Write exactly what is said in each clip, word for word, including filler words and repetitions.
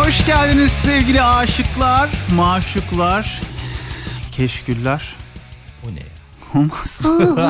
Hoş geldiniz sevgili aşıklar, maşuklar, keşküller. O ne ya? Olmaz.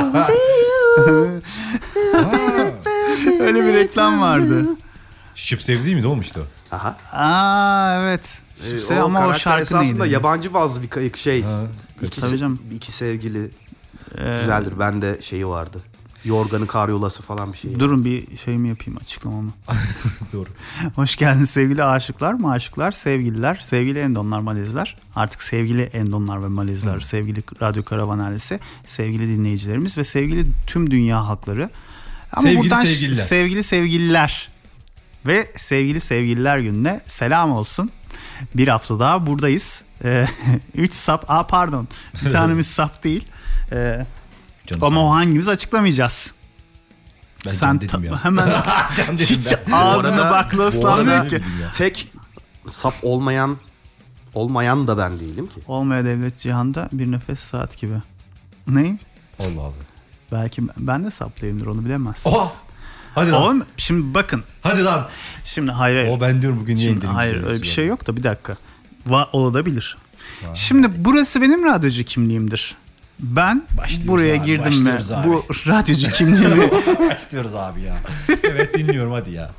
Öyle bir reklam vardı. Şıp sevdiği miydi olmuştu? Aha. Aa evet. Ee, o ama o şarkı esasında neydi? yabancı bazlı bir şey. Ha, iki, tabii canım. iki sevgili Ee, güzeldir. Bende şeyi vardı. Yorganı karyolası falan bir şey. Durun bir şey mi yapayım, açıklamamı. Doğru. Hoş geldiniz sevgili aşıklar, maşuklar, sevgililer, sevgili endonlar, malezler. Artık sevgili endonlar ve malezler, hmm. sevgili Radyo Karavan ailesi, sevgili dinleyicilerimiz ve sevgili tüm dünya halkları. Ama sevgili buradan sevgililer. Sevgili sevgililer ve sevgili sevgililer gününe selam olsun. Bir hafta daha buradayız. Ee, üç sap, aa pardon bir tanemiz sap değil. Ee, ama o hangimiz açıklamayacağız. Ben sen ta- ya. Hemen hiç ben. ağzına bakla ıslanmıyor ki. Tek sap olmayan olmayan da ben değilim ki. Olmaya devlet cihanda bir nefes saat gibi. Ney? Allah Allah. Belki ben de saplıyımdır, onu bilemezsiniz. Oha! Hadi lan. Oğlum, şimdi bakın. Hadi lan. Şimdi hayır hayır. O ben diyorum bugün niye şimdi, indirim? Hayır öyle bir şey yok da bir dakika. Va- olabilir. Vay. Şimdi burası benim radyocu kimliğimdir. Ben buraya abi, girdim mi? abi. Bu radyocu kimliğimi başlıyoruz abi ya. Evet dinliyorum hadi ya.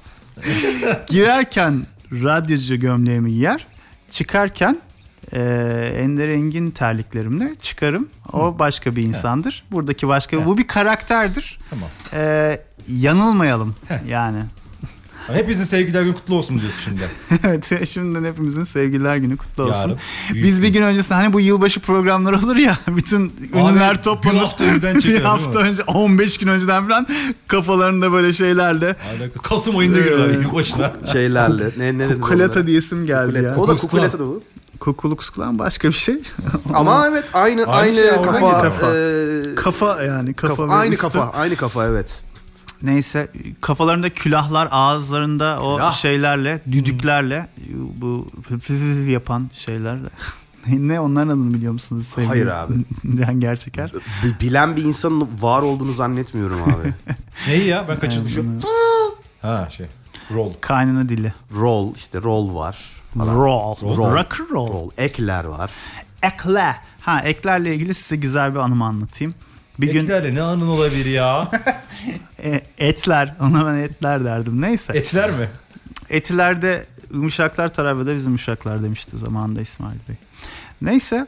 Girerken radyocu gömleğimi giyer, çıkarken e, Ender Engin terliklerimle çıkarım. O başka bir insandır. He. Buradaki başka He. bu bir karakterdir. Tamam. E, yanılmayalım Heh. yani. Hepinizin sevgililer günü kutlu olsun diyorsun şimdi. Evet, şimdiden hepimizin sevgililer günü kutlu olsun. Yarın, Biz bir gün öncesinde hani bu yılbaşı programları olur ya, bütün ünlüler toplanır. Bir hafta önceden çıkıyor. Bir hafta önce, on beş gün önceden falan kafalarında böyle şeylerle. Kasım ayında giriyorlar yılbaşına. Şeylerle. Ne ne Kukuleta diyesim geldi kukuleta. ya. O da kukuleta da olur. Kukuluksklan başka bir şey. Ama evet aynı aynı, aynı şey, kafa. Kafa. E, kafa yani kafa. kafa aynı üstü. kafa, aynı kafa evet. Neyse, kafalarında külahlar, ağızlarında o Külah. şeylerle, düdüklerle, hmm. bu yapan şeylerle. Ne, onların adını biliyor musunuz? Sevgili Hayır abi. Can Gerçeker. B- bilen bir insanın var olduğunu zannetmiyorum abi. Neyi ya? Ben kaçırmışım. Ha şey. Roll. Kaynana dili. Roll işte roll var. Falan. Roll. Roll. Rock and roll. roll. Ekler var. Ekler. Ha, eklerle ilgili size güzel bir anımı anlatayım. Bir etlerle gün... ne anın olabilir ya? etler. Ona ben etler derdim. Neyse. Etler mi? Etilerde Uşaklar Tarabya'da bizim Uşaklar demişti zamanında İsmail Bey. Neyse.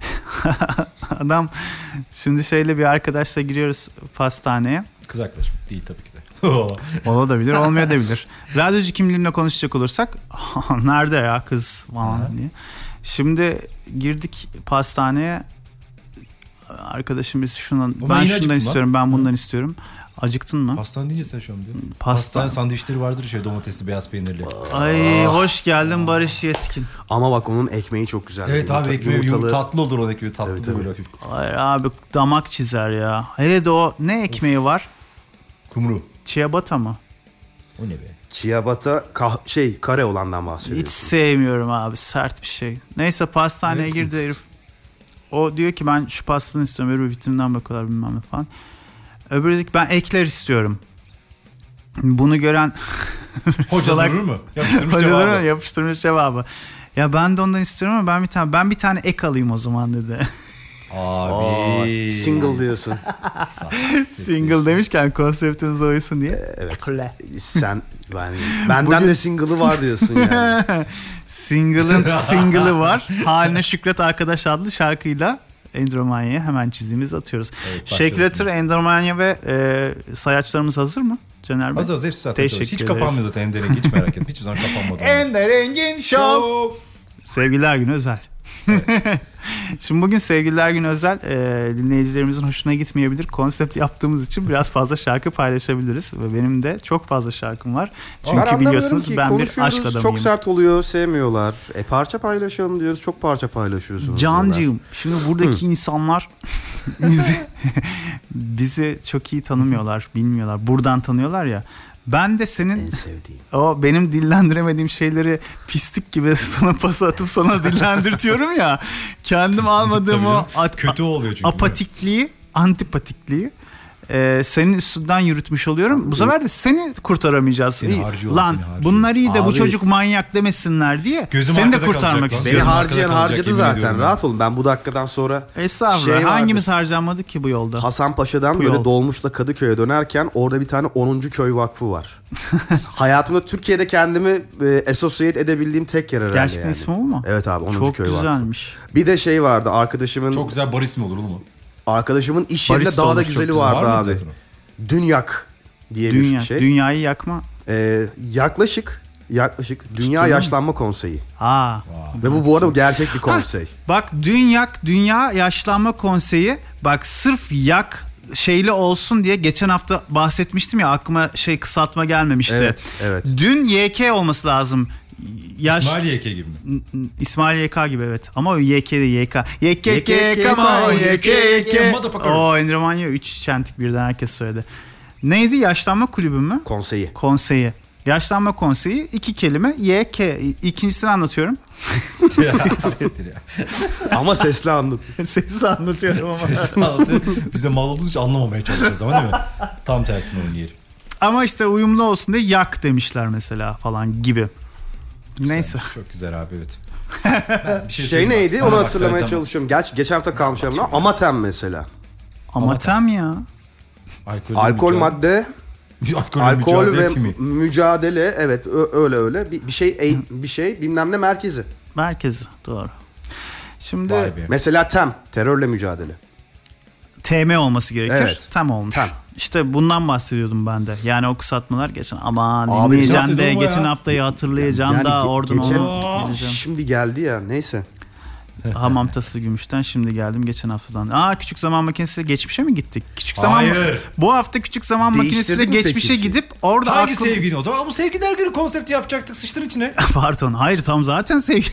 Adam şimdi şeyle bir arkadaşla giriyoruz pastaneye. Kız arkadaşım değil tabii ki de. Olabilir, olmayabilir. Radyocu kimliğimle konuşacak olursak nerede ya kız falan diye. Şimdi girdik pastaneye. Arkadaşım biz şundan o ben şundan istiyorum, lan. ben bundan Hı. istiyorum. Acıktın mı? Pastane deyince sen şu an diyorsun. Pastane. Pastane sandviçleri vardır ya, domatesli, beyaz peynirli. Ay hoş geldin Barış Yetkin. Ama bak onun ekmeği çok güzel. Evet Yumurta, abi ekmeği yumurtalı... tatlı olur onun ekmeği tatlı evet, böyle. Evet. Hayır abi damak çizer ya. Hele de o ne ekmeği var? Kumru. Ciabatta mı? O ne be? Ciabatta kah- şey kare olandan bahsediyorsun. Hiç sevmiyorum abi, sert bir şey. Neyse pastaneye evet. girdi herif. O diyor ki ben şu pastanı istiyorum. Öbürü vitaminden bakıyorlar bilmem ne falan. Öbürü diyor ki ben ekler istiyorum. Bunu gören hoca durur mu? Yapıştırmış hoca cevabı. Durur mu? Yapıştırmış cevabı. Ya ben de ondan istiyorum ama ben bir tane ben bir tane ek alayım o zaman dedi. Abi. Aa, single diyorsun. Single demişken konseptiniz oysun diye. Evet. Ekle. Sen ben benden Bugün... de single'ı var diyorsun yani. Single'ın single'ı var. Haline Şükret Arkadaş adlı şarkıyla Endromanya'ya hemen çizdiğimizi atıyoruz. Evet, Şekletır, Endromanya ve e, sayaçlarımız hazır mı? Caner Bey. Hazır hazır. Hepsi zaten Teşekkür hiç ederiz. kapanmıyor zaten Ender Engin. Hiç merak etme. Hiçbir zaman kapanmadı. Ender Engin Show. Sevgililer Günü özel. Evet. Şimdi bugün Sevgililer Günü özel, e, dinleyicilerimizin hoşuna gitmeyebilir. Konsept yaptığımız için biraz fazla şarkı paylaşabiliriz ve benim de çok fazla şarkım var. Çünkü ben biliyorsunuz ki, ben bir aşk adamıyım. Çok sert oluyor, sevmiyorlar. E parça paylaşalım diyoruz, çok parça paylaşıyorsunuz. Cancığım, şimdi buradaki Hı. insanlar bizi bizi çok iyi tanımıyorlar, bilmiyorlar. Buradan tanıyorlar ya. Ben de senin en sevdiğim. O benim dillendiremediğim şeyleri pislik gibi sana pas atıp sana dillendirtiyorum ya. Kendim almadığım o at, kötü oluyor çünkü. Apatikliği, antipatikliği e, senin üstünden yürütmüş oluyorum. Bu sefer de seni kurtaramayacağız. Seni harcıyorum, Lan seni harcıyorum. bunlar iyi de Abi, bu çocuk manyak demesinler diye Gözüm seni de arkada kurtarmak kalacak lan. Beni istiyorum. Gözüm harcayan arkada kalacak, harcadı yemin zaten. ediyorum Rahat olun. Ben bu dakikadan sonra Estağfurullah. Şey vardı. Hangimiz harcanmadık ki bu yolda? Hasanpaşa'dan Bu böyle yol. dolmuşla Kadıköy'e dönerken orada bir tane onuncu köy vakfı var. Hayatımda Türkiye'de kendimi e, associate edebildiğim tek yer herhalde. Gerçekten yani. ismi o mu? Evet abi onuncu Çok köy vakfı. güzelmiş. Bir de şey vardı arkadaşımın Çok güzel bar ismi olur oğlum. arkadaşımın iş yerinde Barista daha da olmuş, çok güzeli güzel. vardı Var mı abi. zaten o? Dünyak diye Dünya, bir şey. Dünyayı yakma. Ee, yaklaşık yaklaşık Dünya Tuttu mu? Yaşlanma Konseyi. Aa. Ve bu bu arada gerçek bir konsey. Bak Dünyak Dünya Yaşlanma Konseyi bak sırf yak şeyli olsun diye geçen hafta bahsetmiştim ya aklıma şey kısaltma gelmemişti. Evet, evet. Dün Y K olması lazım. Yaş... İsmail Y K gibi mi? İsmail Y K gibi evet. Ama o Y K de Y K. Y K Y K, Y K come on, Y K Y K. Motherfucker. O Endirmanya üç çentik birden herkes söyledi. Neydi? Yaşlanma kulübü mü? Konseyi. Konseyi. Yaşlanma konseyi iki kelime Y K. İkincisini anlatıyorum. Ya, siktir ya. Ama sesli anlat. Sesi anlatıyorum ama. Sesini anlatıyor. Biz de mal olduğu için anlamamaya çalışacağız ama değil mi? Tam tersine onun yeri. Ama işte uyumlu olsun diye yak demişler mesela falan gibi. Neyse. Çok güzel abi evet. Bir Şey, söyleyeyim neydi bak. onu Bana bak, hatırlamaya zaten- çalışıyorum. Geç, geçen hafta kalmış ama Amatem mesela. Amatem ya. Alkol, Alkol madde, Alkol, alkol ve mücadele timi. mücadele evet ö- öyle öyle bir, bir şey eğ- bir şey bilmem ne merkezi. Merkezi doğru. Şimdi Vay be. Mesela TEM terörle mücadele. T M olması gerekir. Evet. Tam olmuş. Tem. İşte bundan bahsediyordum ben de. Yani o kısaltmalar geçen aman Abi, dinleyeceğim geçen de hafta geçen ya. haftayı hatırlayacağım Yani da ge- oradan geçen- onu gideceğim. Şimdi geldi ya neyse. Hamam tası gümüşten şimdi geldim geçen haftadan. Aa küçük zaman makinesiyle geçmişe mi gittik? Küçük zaman Hayır. Bu hafta küçük zaman makinesiyle Değiştirdin mi geçmişe peki? gidip orada Hangi aklım- sevgili o zaman? Bu sevgililer günü konsepti yapacaktık sıçtın içine. Pardon. Hayır tam zaten sevgi.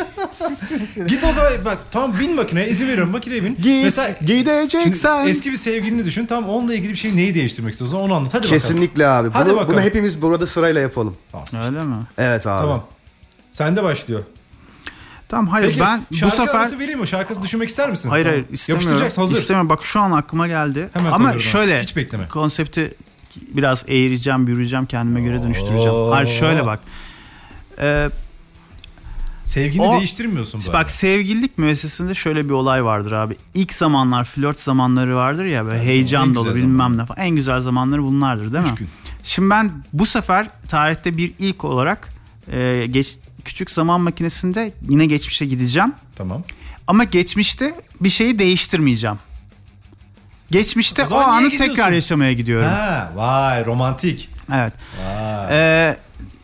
Git o zaman bak tamam bin makineye izin veriyorum makineye bin. Mesela şimdi gideceksen. eski bir sevgilini düşün tamam onunla ilgili bir şey neyi değiştirmek istiyorsun onu anlat. Hadi bakalım. Kesinlikle abi. Hadi Bunu, bakalım. bunu hepimiz burada sırayla yapalım. Aa, sıçtın. Öyle mi? Evet abi. Tamam. Sende başlıyor. Tamam hayır Peki ben bu şarkı sefer arası vereyim mi? Şarkısı düşünmek ister misin? hayır Tamam. hayır istemiyorum. Yapıştıracaksın hazır. İstemiyorum. Bak şu an aklıma geldi. Hemen Ama koyuyorum şöyle abi. Hiç bekleme. konsepti biraz eğireceğim, bürüyeceğim, kendime göre dönüştüreceğim. Oo. Hayır şöyle bak. Ee, Sevgini O- değiştirmiyorsun bu bak arada. sevgililik müessesesinde şöyle bir olay vardır abi. İlk zamanlar flört zamanları vardır ya böyle en heyecan dolu güzel bilmem zamanlar. ne falan. En güzel zamanları bunlardır değil mi? Üç gün. Şimdi ben bu sefer tarihte bir ilk olarak e, geç, küçük zaman makinesinde yine geçmişe gideceğim. Tamam. Ama geçmişte bir şeyi değiştirmeyeceğim. Geçmişte O o, zaman niye anı gidiyorsun? tekrar yaşamaya gidiyorum. Ha, vay romantik. Evet. Vay. Ee,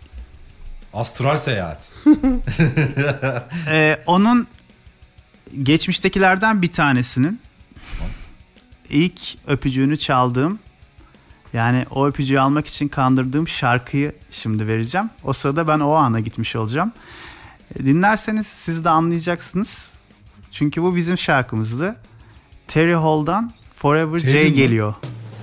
Astral seyahat. e, onun geçmiştekilerden bir tanesinin ilk öpücüğünü çaldığım yani o öpücüğü almak için kandırdığım şarkıyı şimdi vereceğim. O sırada ben o ana gitmiş olacağım. E, Dinlerseniz siz de anlayacaksınız. Çünkü bu bizim şarkımızdı. Terry Hall'dan Forever Terry J mi? geliyor.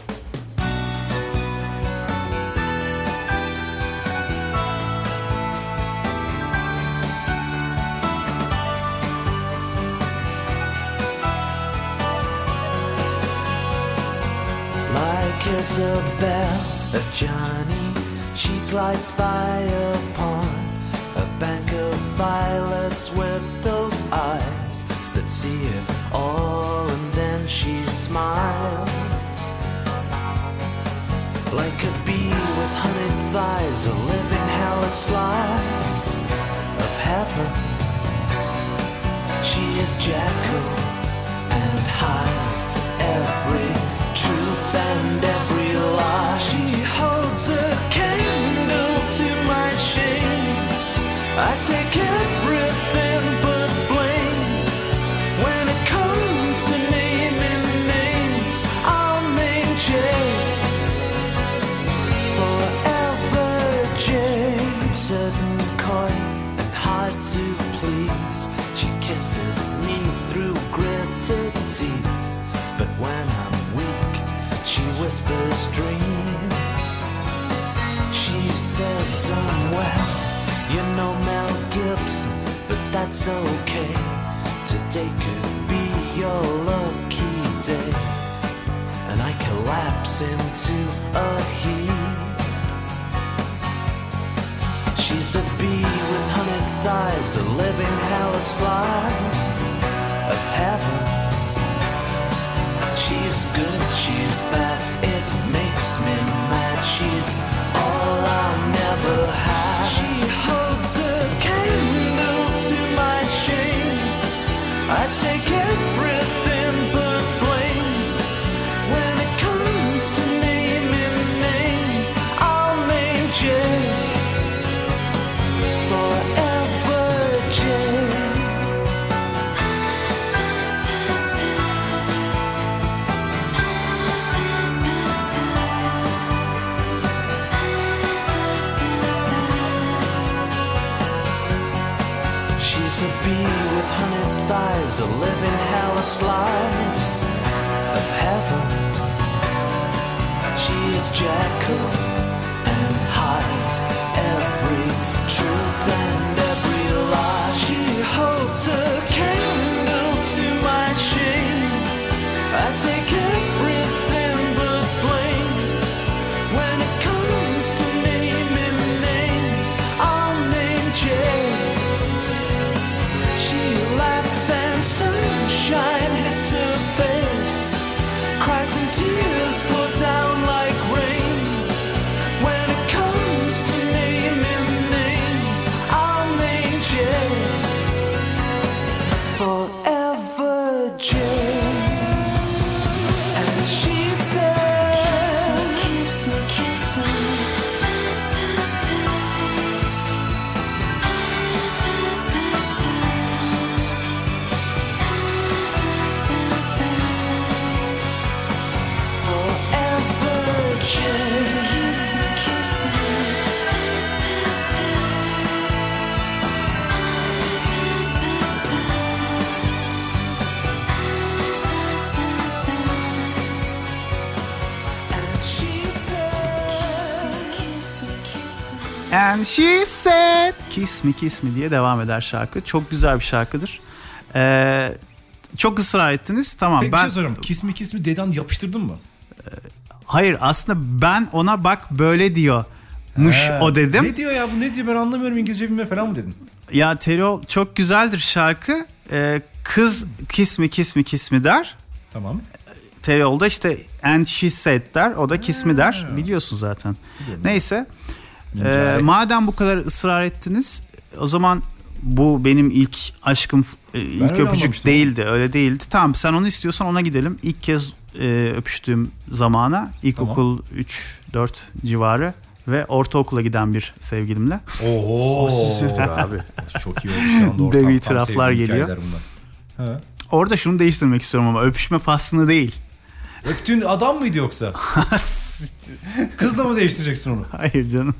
Like Isabel, a Johnny, she glides by upon a bank of violets with those eyes that see it all, and then she smiles. Like a bee with honeyed thighs, a living hell a slice of heaven. She is Jekyll and Hyde, every truth and every lie. She holds a candle to my shame. I take everything but blame. When it comes to naming names, I'll name Jay. Forever Jay. Certain coy and hard to please. She kisses me through gritted teeth. But when I'm weak, she whispers dreams. She says somewhere, you know Mel Gibson, but that's okay. Today could be your lucky day. And I collapse drops into a heap. She's a bee with honeyed thighs, a living hell of slice of heaven. She's good, she's bad, it makes me mad. She's all I'll never have. She holds a candle to my shame. I take everything but blame. When it comes to naming names, I'll name Jane. Forever Jane. She's a bee with honeyed thighs, a living hell of slice of heaven. She is Jekyll and Hyde, every truth and every lie. She holds a candle to my shame. I take everything but blame. When it comes to naming names, I'll name Jane. She laughs and sunshine hits her face. Cries and tears pour down like rain. When it comes to naming names, I'll name Jane. Forever Jane. And she said, kiss me, kiss me, kiss me. Forever Jane. Kiss me, kiss me. And she said, kiss me, kiss me. And she said kiss me kiss me diye devam eder şarkı. Çok güzel bir şarkıdır. Ee, çok ısrar ettiniz. Tamam Peki ben bir şey soruyorum. Kiss mi kiss mi Dedan yapıştırdın mı? hayır aslında ben ona bak böyle diyormuş He. o dedim. Ne diyor ya bu, ne diyor, ben anlamıyorum, İngilizce bilme falan mı dedin? Ya Terol çok güzeldir şarkı. Ee, kız kiss me kiss me kiss me der. Tamam. Terol'da işte and she said der. O da kiss me der. Biliyorsun zaten. Biliyorum. Neyse. Ninja. Ee, madem bu kadar ısrar ettiniz, o zaman bu benim ilk aşkım, e, ilk öyle öpücük anlamıştım. değildi, öyle değildi. Tamam, sen onu istiyorsan ona gidelim. İlk kez e, öpüştüğüm zamana, ilkokul üç dört civarı ve ortaokula giden bir sevgilimle. Oo. Süper abi. Çok iyi olmuş şu anda. Dev Ortam, itiraflar tam sevdiğim geliyor. hikayeler bunlar. Ha. Orada şunu değiştirmek istiyorum ama öpüşme faslını değil. Öptüğün adam mıydı yoksa? Kızla mı değiştireceksin onu? Hayır canım.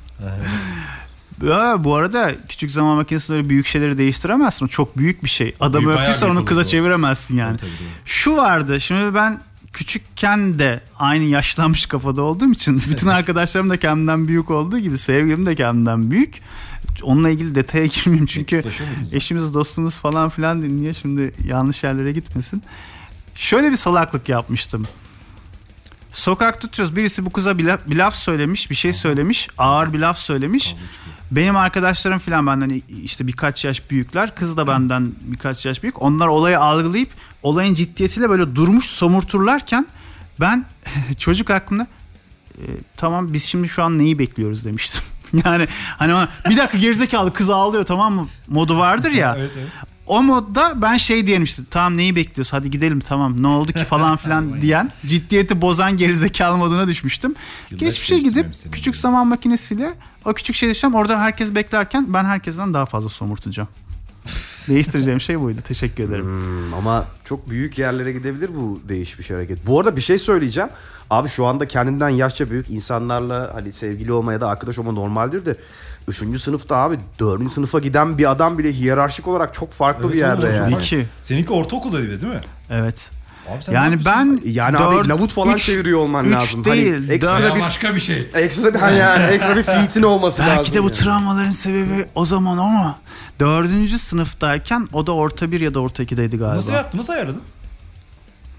Ya, bu arada küçük zaman makinesinde öyle büyük şeyleri değiştiremezsin. O çok büyük bir şey. Adamı Büyük, öptüysen bayağı onu büyük kıza olur o. çeviremezsin yani. Tabii, tabii. Şu vardı. Şimdi ben küçükken de aynı yaşlanmış kafada olduğum için bütün arkadaşlarım da kendimden büyük olduğu gibi sevgilim de kendimden büyük. Onunla ilgili detaya girmeyeyim çünkü Mektuplaşıyor muydunuz? eşimiz dostumuz falan filan dinliyor. Şimdi yanlış yerlere gitmesin. Şöyle bir salaklık yapmıştım. Sokakta tutuyoruz. Birisi bu kıza bir laf, bir laf söylemiş, bir şey söylemiş, ağır bir laf söylemiş. Benim arkadaşlarım filan benden işte birkaç yaş büyükler. Kız da benden birkaç yaş büyük. Onlar olayı algılayıp olayın ciddiyetiyle böyle durmuş somurturlarken ben çocuk aklımda e, tamam biz şimdi şu an neyi bekliyoruz demiştim. Yani hani ona, bir dakika gerizekalı kız ağlıyor tamam mı modu vardır ya. Evet, evet. O modda ben şey diyelim işte tamam neyi bekliyoruz hadi gidelim tamam ne oldu ki falan filan diyen ciddiyeti bozan gerizekalı moduna düşmüştüm. Yıllar Geçmişe gidip değiştirmemişsin küçük yani. zaman makinesiyle o küçük şey yaşam orada herkes beklerken ben herkesten daha fazla somurtacağım. Değiştireceğim şey buydu. Teşekkür ederim. Hmm, ama çok büyük yerlere gidebilir bu değişmiş hareket. Bu arada bir şey söyleyeceğim. Abi şu anda kendinden yaşça büyük insanlarla hani sevgili olma ya da arkadaş olma normaldir de üçüncü sınıfta abi dördüncü sınıfa giden bir adam bile hiyerarşik olarak çok farklı Evet, bir yerde oğlum, yani. Tabii ki. Seninki ortaokulda değil mi? Evet. Abi sen Yani ne ben yapıyorsun? Yani dört, abi lavut falan üç, çeviriyor olman üç lazım. değil, Hani ekstra dört- Bayağı bir başka bir şey. ekstra bir hani yani ekstra bir feat'in olması lazım. Belki de bu yani. travmaların sebebi o zaman o mu? Dördüncü sınıftayken o da orta bir ya da orta ikideydi galiba. Nasıl yaptın? Nasıl ayarladın?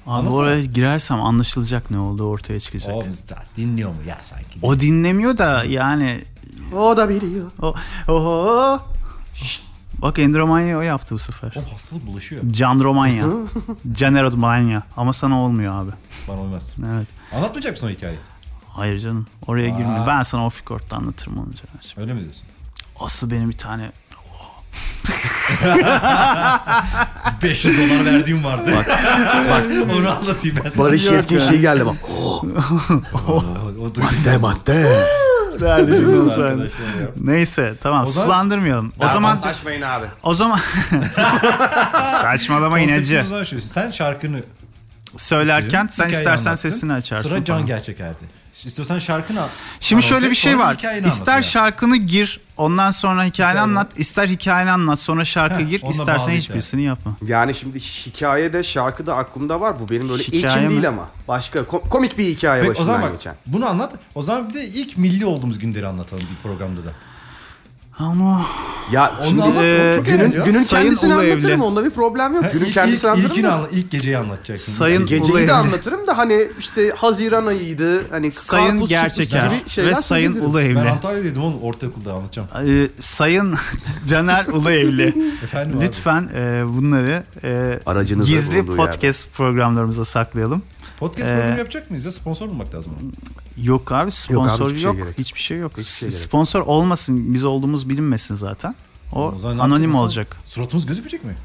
Abi Anlasana. oraya girersem anlaşılacak ne olduğu ortaya çıkacak. Oğlum dinliyor mu ya sanki? O dinlemiyor da yani. O da biliyor. O, oho. Bak Endromanya o yaptı bu sefer. O hastalık bulaşıyor. Can Romanya. Caner Manya. Ama sana olmuyor abi. Bana olmaz. Evet. Anlatmayacak mısın o hikayeyi? Hayır canım. Oraya girme. Ben sana off record'da anlatırım onu Caner. Öyle mi diyorsun? Asıl benim bir tane beş yüz dolar verdiğim vardı. Bak, bak onu anlatayım ben sana. Barış Yetkin şey geldi bak. O, o da Madde madde. derdi şimdi o sahne. arkadaşlar ya. Neyse tamam O zaman- sulandırmayalım. O zaman Saçmayın abi. o zaman saçmalama Konseptimiz inacı. var şu. Sen şarkını Söylerken sen hikayeyi istersen anlattın. sesini açarsın. Sıra can falan. gerçek hayatı. İstiyorsan şarkını al. Şimdi anons şöyle et, bir şey sonra var. hikayeni İster anlat ya. şarkını gir, ondan sonra hikayeni Hikaye anlat. İster hikayeni anlat, sonra şarkı Heh, gir. onunla İstersen bağlı hiçbirisini yapma. Yani şimdi hikaye de şarkı da aklımda var. Bu benim böyle Hikaye ilkim mi? değil ama. Başka ko- komik bir hikaye Peki, o başından zaman bak geçen. bunu anlat. O zaman bir de ilk milli olduğumuz günleri anlatalım bir programda da. Ama Ya Onu şimdi anlat, e, onu çok günün, eğlenceli. günün Sayın kendisini Ulu anlatırım. Evli. Onda bir problem yok. Ha, Günün ilk, kendisini ilk, anlatırım ilkini da. anla, ilk geceyi anlatacaksın. Sayın Yani- Ulu Geceyi Evli. de anlatırım da hani işte Haziran ayıydı. Hani Sayın karpuz Gerçeker çıkmış gibi şeyler ve Sayın söylerim. Ulu Ben Evli. Antalya'daydım oğlum, ortaokulda anlatacağım. Ee, Sayın Caner Ulu Evli. Efendim abi. Lütfen e, bunları e, Aracınızda gizli bulunduğu podcast programlarımıza saklayalım. Podcast Ee, programı yapacak mıyız ya? Sponsor bulmak lazım. Yok abi sponsor hiçbir yok. şey gerek. Hiçbir şey yok. Hiçbir şey gerek. Sponsor olmasın, biz olduğumuz bilinmesin zaten. O, O zaman ne anonim yapacağız olacak. Suratımız gözükmeyecek mi?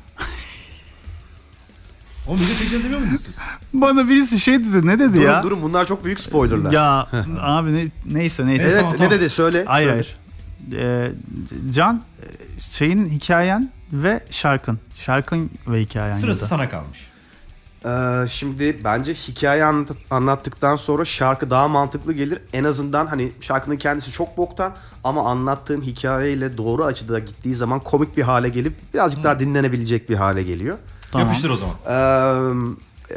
Oğlum video çekeceğiz demiyor muydunuz siz? Bana birisi şey dedi. Ne dedi Durun ya? durun bunlar çok büyük spoilerlar. Ya abi ne, neyse neyse. Evet Tamam, ne tamam. dedi söyle. Hayır söyle. hayır. Ee, Can e, şeyin hikayen ve şarkın. Şarkın ve hikayen. Sırası ya da. sana kalmış. Ee, şimdi bence hikaye anlat- anlattıktan sonra şarkı daha mantıklı gelir. En azından hani şarkının kendisi çok boktan ama anlattığım hikayeyle doğru açıda gittiği zaman komik bir hale gelip birazcık daha dinlenebilecek bir hale geliyor. Tamam. Yapıştır o zaman. Ee, e,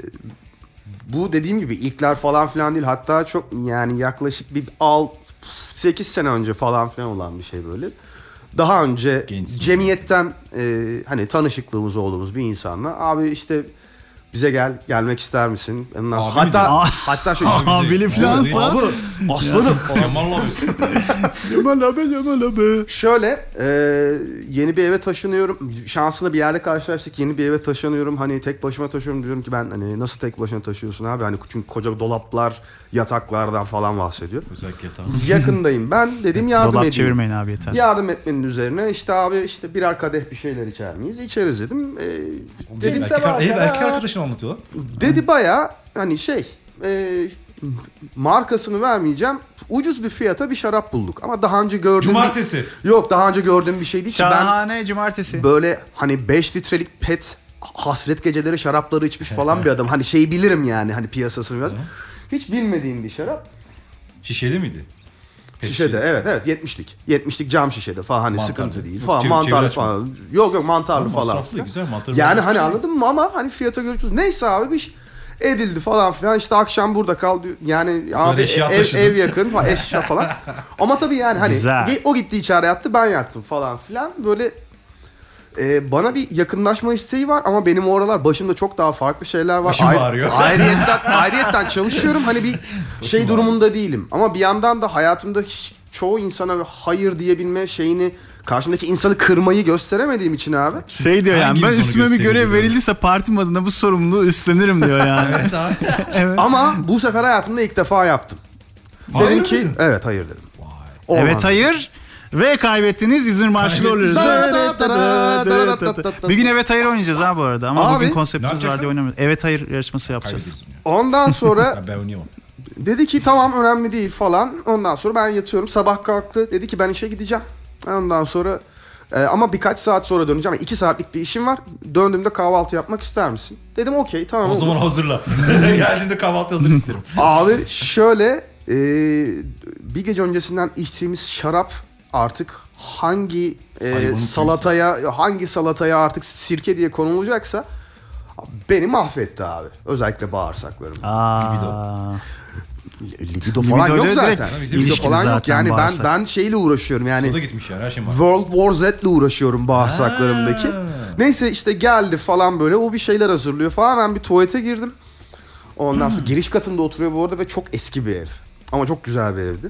bu dediğim gibi ilkler falan filan değil. Hatta çok yani yaklaşık bir sekiz sene önce falan filan olan bir şey böyle. Daha önce Gençsin. cemiyetten e, hani tanışıklığımız olduğumuz bir insanla abi işte bize gel gelmek ister misin? Ondan- Abi mi hatta diyor? hatta şöyle Abili falansa. Abi, aslanım. Kemal abi. Cemal abi Cemal abi. Şöyle e, yeni bir eve taşınıyorum. Şansına bir yerde karşılaştık. Yeni bir eve taşınıyorum. Hani tek başıma taşıyorum. Diyorum ki ben hani nasıl tek başına taşıyorsun abi? Hani çünkü koca dolaplar, yataklardan falan bahsediyor. Özellikle yatağı. Yakındayım ben. Dedim yardım Dolap edeyim. çevirmeyin abi yeter. Yardım etmenin üzerine işte abi işte birer kadeh bir şeyler içer miyiz? İçeriz dedim. E, dedim erkek, sabah ev kadar- erkek arkadaşını anlatıyorlar. Dedi baya hani şey e, markasını vermeyeceğim. Ucuz bir fiyata bir şarap bulduk. Ama daha önce gördüğüm Cumartesi. bir, yok daha önce gördüğüm bir şey değil ki. Ben Şahane cumartesi. böyle hani beş litrelik pet hasret geceleri şarapları içmiş falan bir adam. Hani şeyi bilirim yani hani piyasasını biraz. Hiç bilmediğim bir şarap. Şişeli miydi? Pet Şişede şişe. evet evet yetmişlik. yetmişlik cam şişede falan hani Mantarlı. sıkıntı değil Yok, falan çevir- mantarlı çevir açma. falan. Yok yok mantarlı Oğlum, falan. masraflı, güzel mantarlı. Yani bir hani şey. anladın mı ama hani fiyata görüyoruz. Neyse abi bir şey edildi falan filan işte akşam burada kal diyor. Yani abi eşya ev, taşıdın. ev yakın falan eşya falan. Ama tabii yani hani Güzel. ge- o gitti içeri yattı ben yattım falan filan böyle e, bana bir yakınlaşma isteği var ama benim o aralar başımda çok daha farklı şeyler var. Başım ağrıyor. Ayrıyetten, ayrıyetten çalışıyorum hani bir şey Başım durumunda değilim. Ama bir yandan da hayatımda hiç, çoğu insana hayır diyebilme şeyini karşımdaki insanı kırmayı gösteremediğim için abi. Şey diyor yani ben Hangimiz onu üstüme bir görev gösterebiliyoruz? verildiyse partim adına bu sorumluluğu üstlenirim diyor yani. Evet abi. Evet. Ama bu sefer hayatımda ilk defa yaptım. Hayır dedim mı ki dedin? evet hayır dedim. Vay. Olmaz. Evet hayır ve kaybettiniz İzmir Marşı'nı Kaybettiniz. oluyoruz. Bir gün evet hayır oynayacağız ha bu arada ama Abi, bugün ne konseptimiz var yapacaksın? diye oynamıyoruz. Evet hayır yarışması yapacağız. Kaybediyorsun ya. Ondan sonra Ya ben oynayamam. dedi ki tamam önemli değil falan. Ondan sonra ben yatıyorum. Sabah kalktı. Dedi ki ben işe gideceğim. Ondan sonra e, ama birkaç saat sonra döneceğim. Yani iki saatlik bir işim var. Döndüğümde kahvaltı yapmak ister misin? Dedim okey tamam. O olur. zaman hazırla. Geldiğinde kahvaltı hazır isterim. Abi şöyle e, bir gece öncesinden içtiğimiz şarap artık hangi e, Hayvanın salataya hangi salataya artık sirke diye konulacaksa beni mahvetti abi. Özellikle bağırsaklarım. Aa, Libido falan yok zaten. Libido falan yok. Yani ben ben şeyle uğraşıyorum yani. Soda gitmiş yani her şey var. World War Z'le uğraşıyorum bağırsaklarımdaki. Ha. Neyse işte geldi falan böyle. O bir şeyler hazırlıyor falan. Ben bir tuvalete girdim. Ondan sonra giriş katında oturuyor bu arada ve çok eski bir ev. Ama çok güzel bir evdi.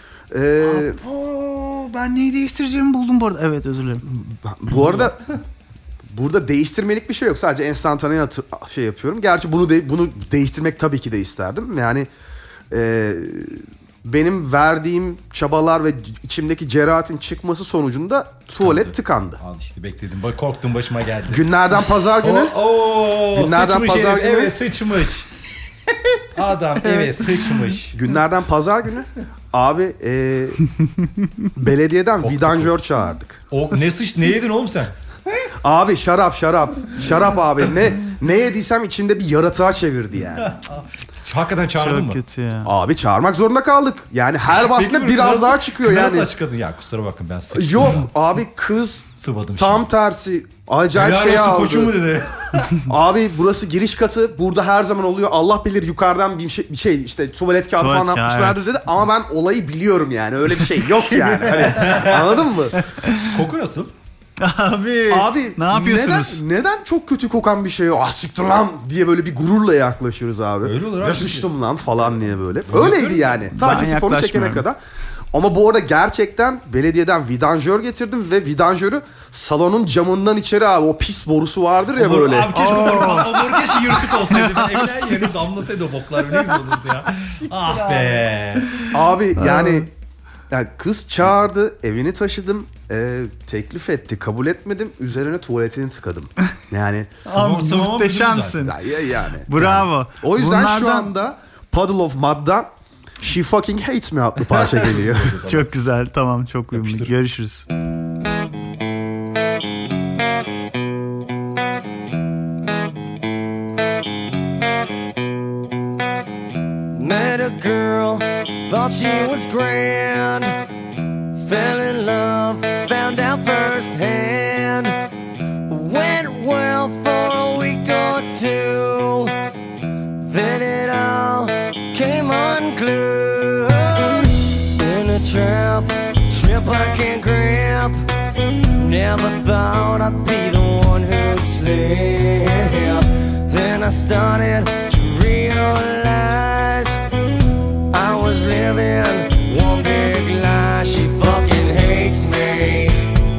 Ee, Oo, ben neyi değiştireceğimi buldum bu arada. Evet, özür dilerim. Bu arada burada değiştirmelik bir şey yok. Sadece enstantane hatır, şey yapıyorum. Gerçi bunu de, bunu değiştirmek tabii ki de isterdim. Yani e, benim verdiğim çabalar ve içimdeki cerahatin çıkması sonucunda tuvalet tıkandı. Al işte bekledim. Bak korktum, başıma geldi. Günlerden pazar günü. Oo, oo, günlerden sıçmış pazar herif, günü. eve sıçmış. Adam eve sıçmış. Günlerden pazar günü abi e, belediyeden vidanjör çağırdık. O ne sıç ne yedin oğlum sen? Abi şarap şarap. Şarap abi. Ne ne yediysem içimde bir yaratığa çevirdi yani. Hakikaten çağırdın Çok mı? kötü ya. Abi çağırmak zorunda kaldık. Yani her vasfına biraz nasıl, daha çıkıyor kız yani. Nasıl açıkladın ya, kusura bakın ben sıçtım. Yok abi kız sıvadım tam şimdi. tersi. Acayip Helal şey olsun aldı. koçum mu dedi? Abi burası giriş katı. Burada her zaman oluyor. Allah bilir yukarıdan bir şey, bir şey işte tuvalet kağıdı Tuvalet falan kağıdı, atmışlardı evet. dedi. Ama ben olayı biliyorum yani. Öyle bir şey yok yani. Hani, anladın mı? Koku nasıl? Abi, Abi ne yapıyorsunuz? Neden, neden çok kötü kokan bir şey o? Ah siktir lan diye böyle bir gururla yaklaşırız abi. Öyle olur abi. Ne sıçtım lan falan diye böyle. Öyle Öyleydi yaparız. yani. Ta ki sifonu çekene kadar. Ama bu arada gerçekten belediyeden vidanjör getirdim ve vidanjörü salonun camından içeri abi o pis borusu vardır ya böyle. Abi keşke o boru, o boru keşke yırtık olsaydı. Ben evden yerine damlasaydı o boklar. Ne güzel olurdu ya. Ah be. Abi yani, yani kız çağırdı, evini taşıdım, e, teklif etti, kabul etmedim, üzerine tuvaletini tıkadım. Yani Abi, Sıvama muhteşemsin. ya, ya yani. Bravo. Yani. O yüzden Bunlardan... şu anda Puddle of Mud'dan She Fucking Hates Me adlı parça geliyor. Çok güzel, tamam, çok uyumlu. Yapıştır. Görüşürüz. Met a girl, thought she was grand. Fell in love, found out firsthand. Went well for a week or two. Then it all came unglued. In a trap, trip I can't grab. Never thought I'd be the one who'd slip. Then I started to realize I was living one big lie. She fucking hates me.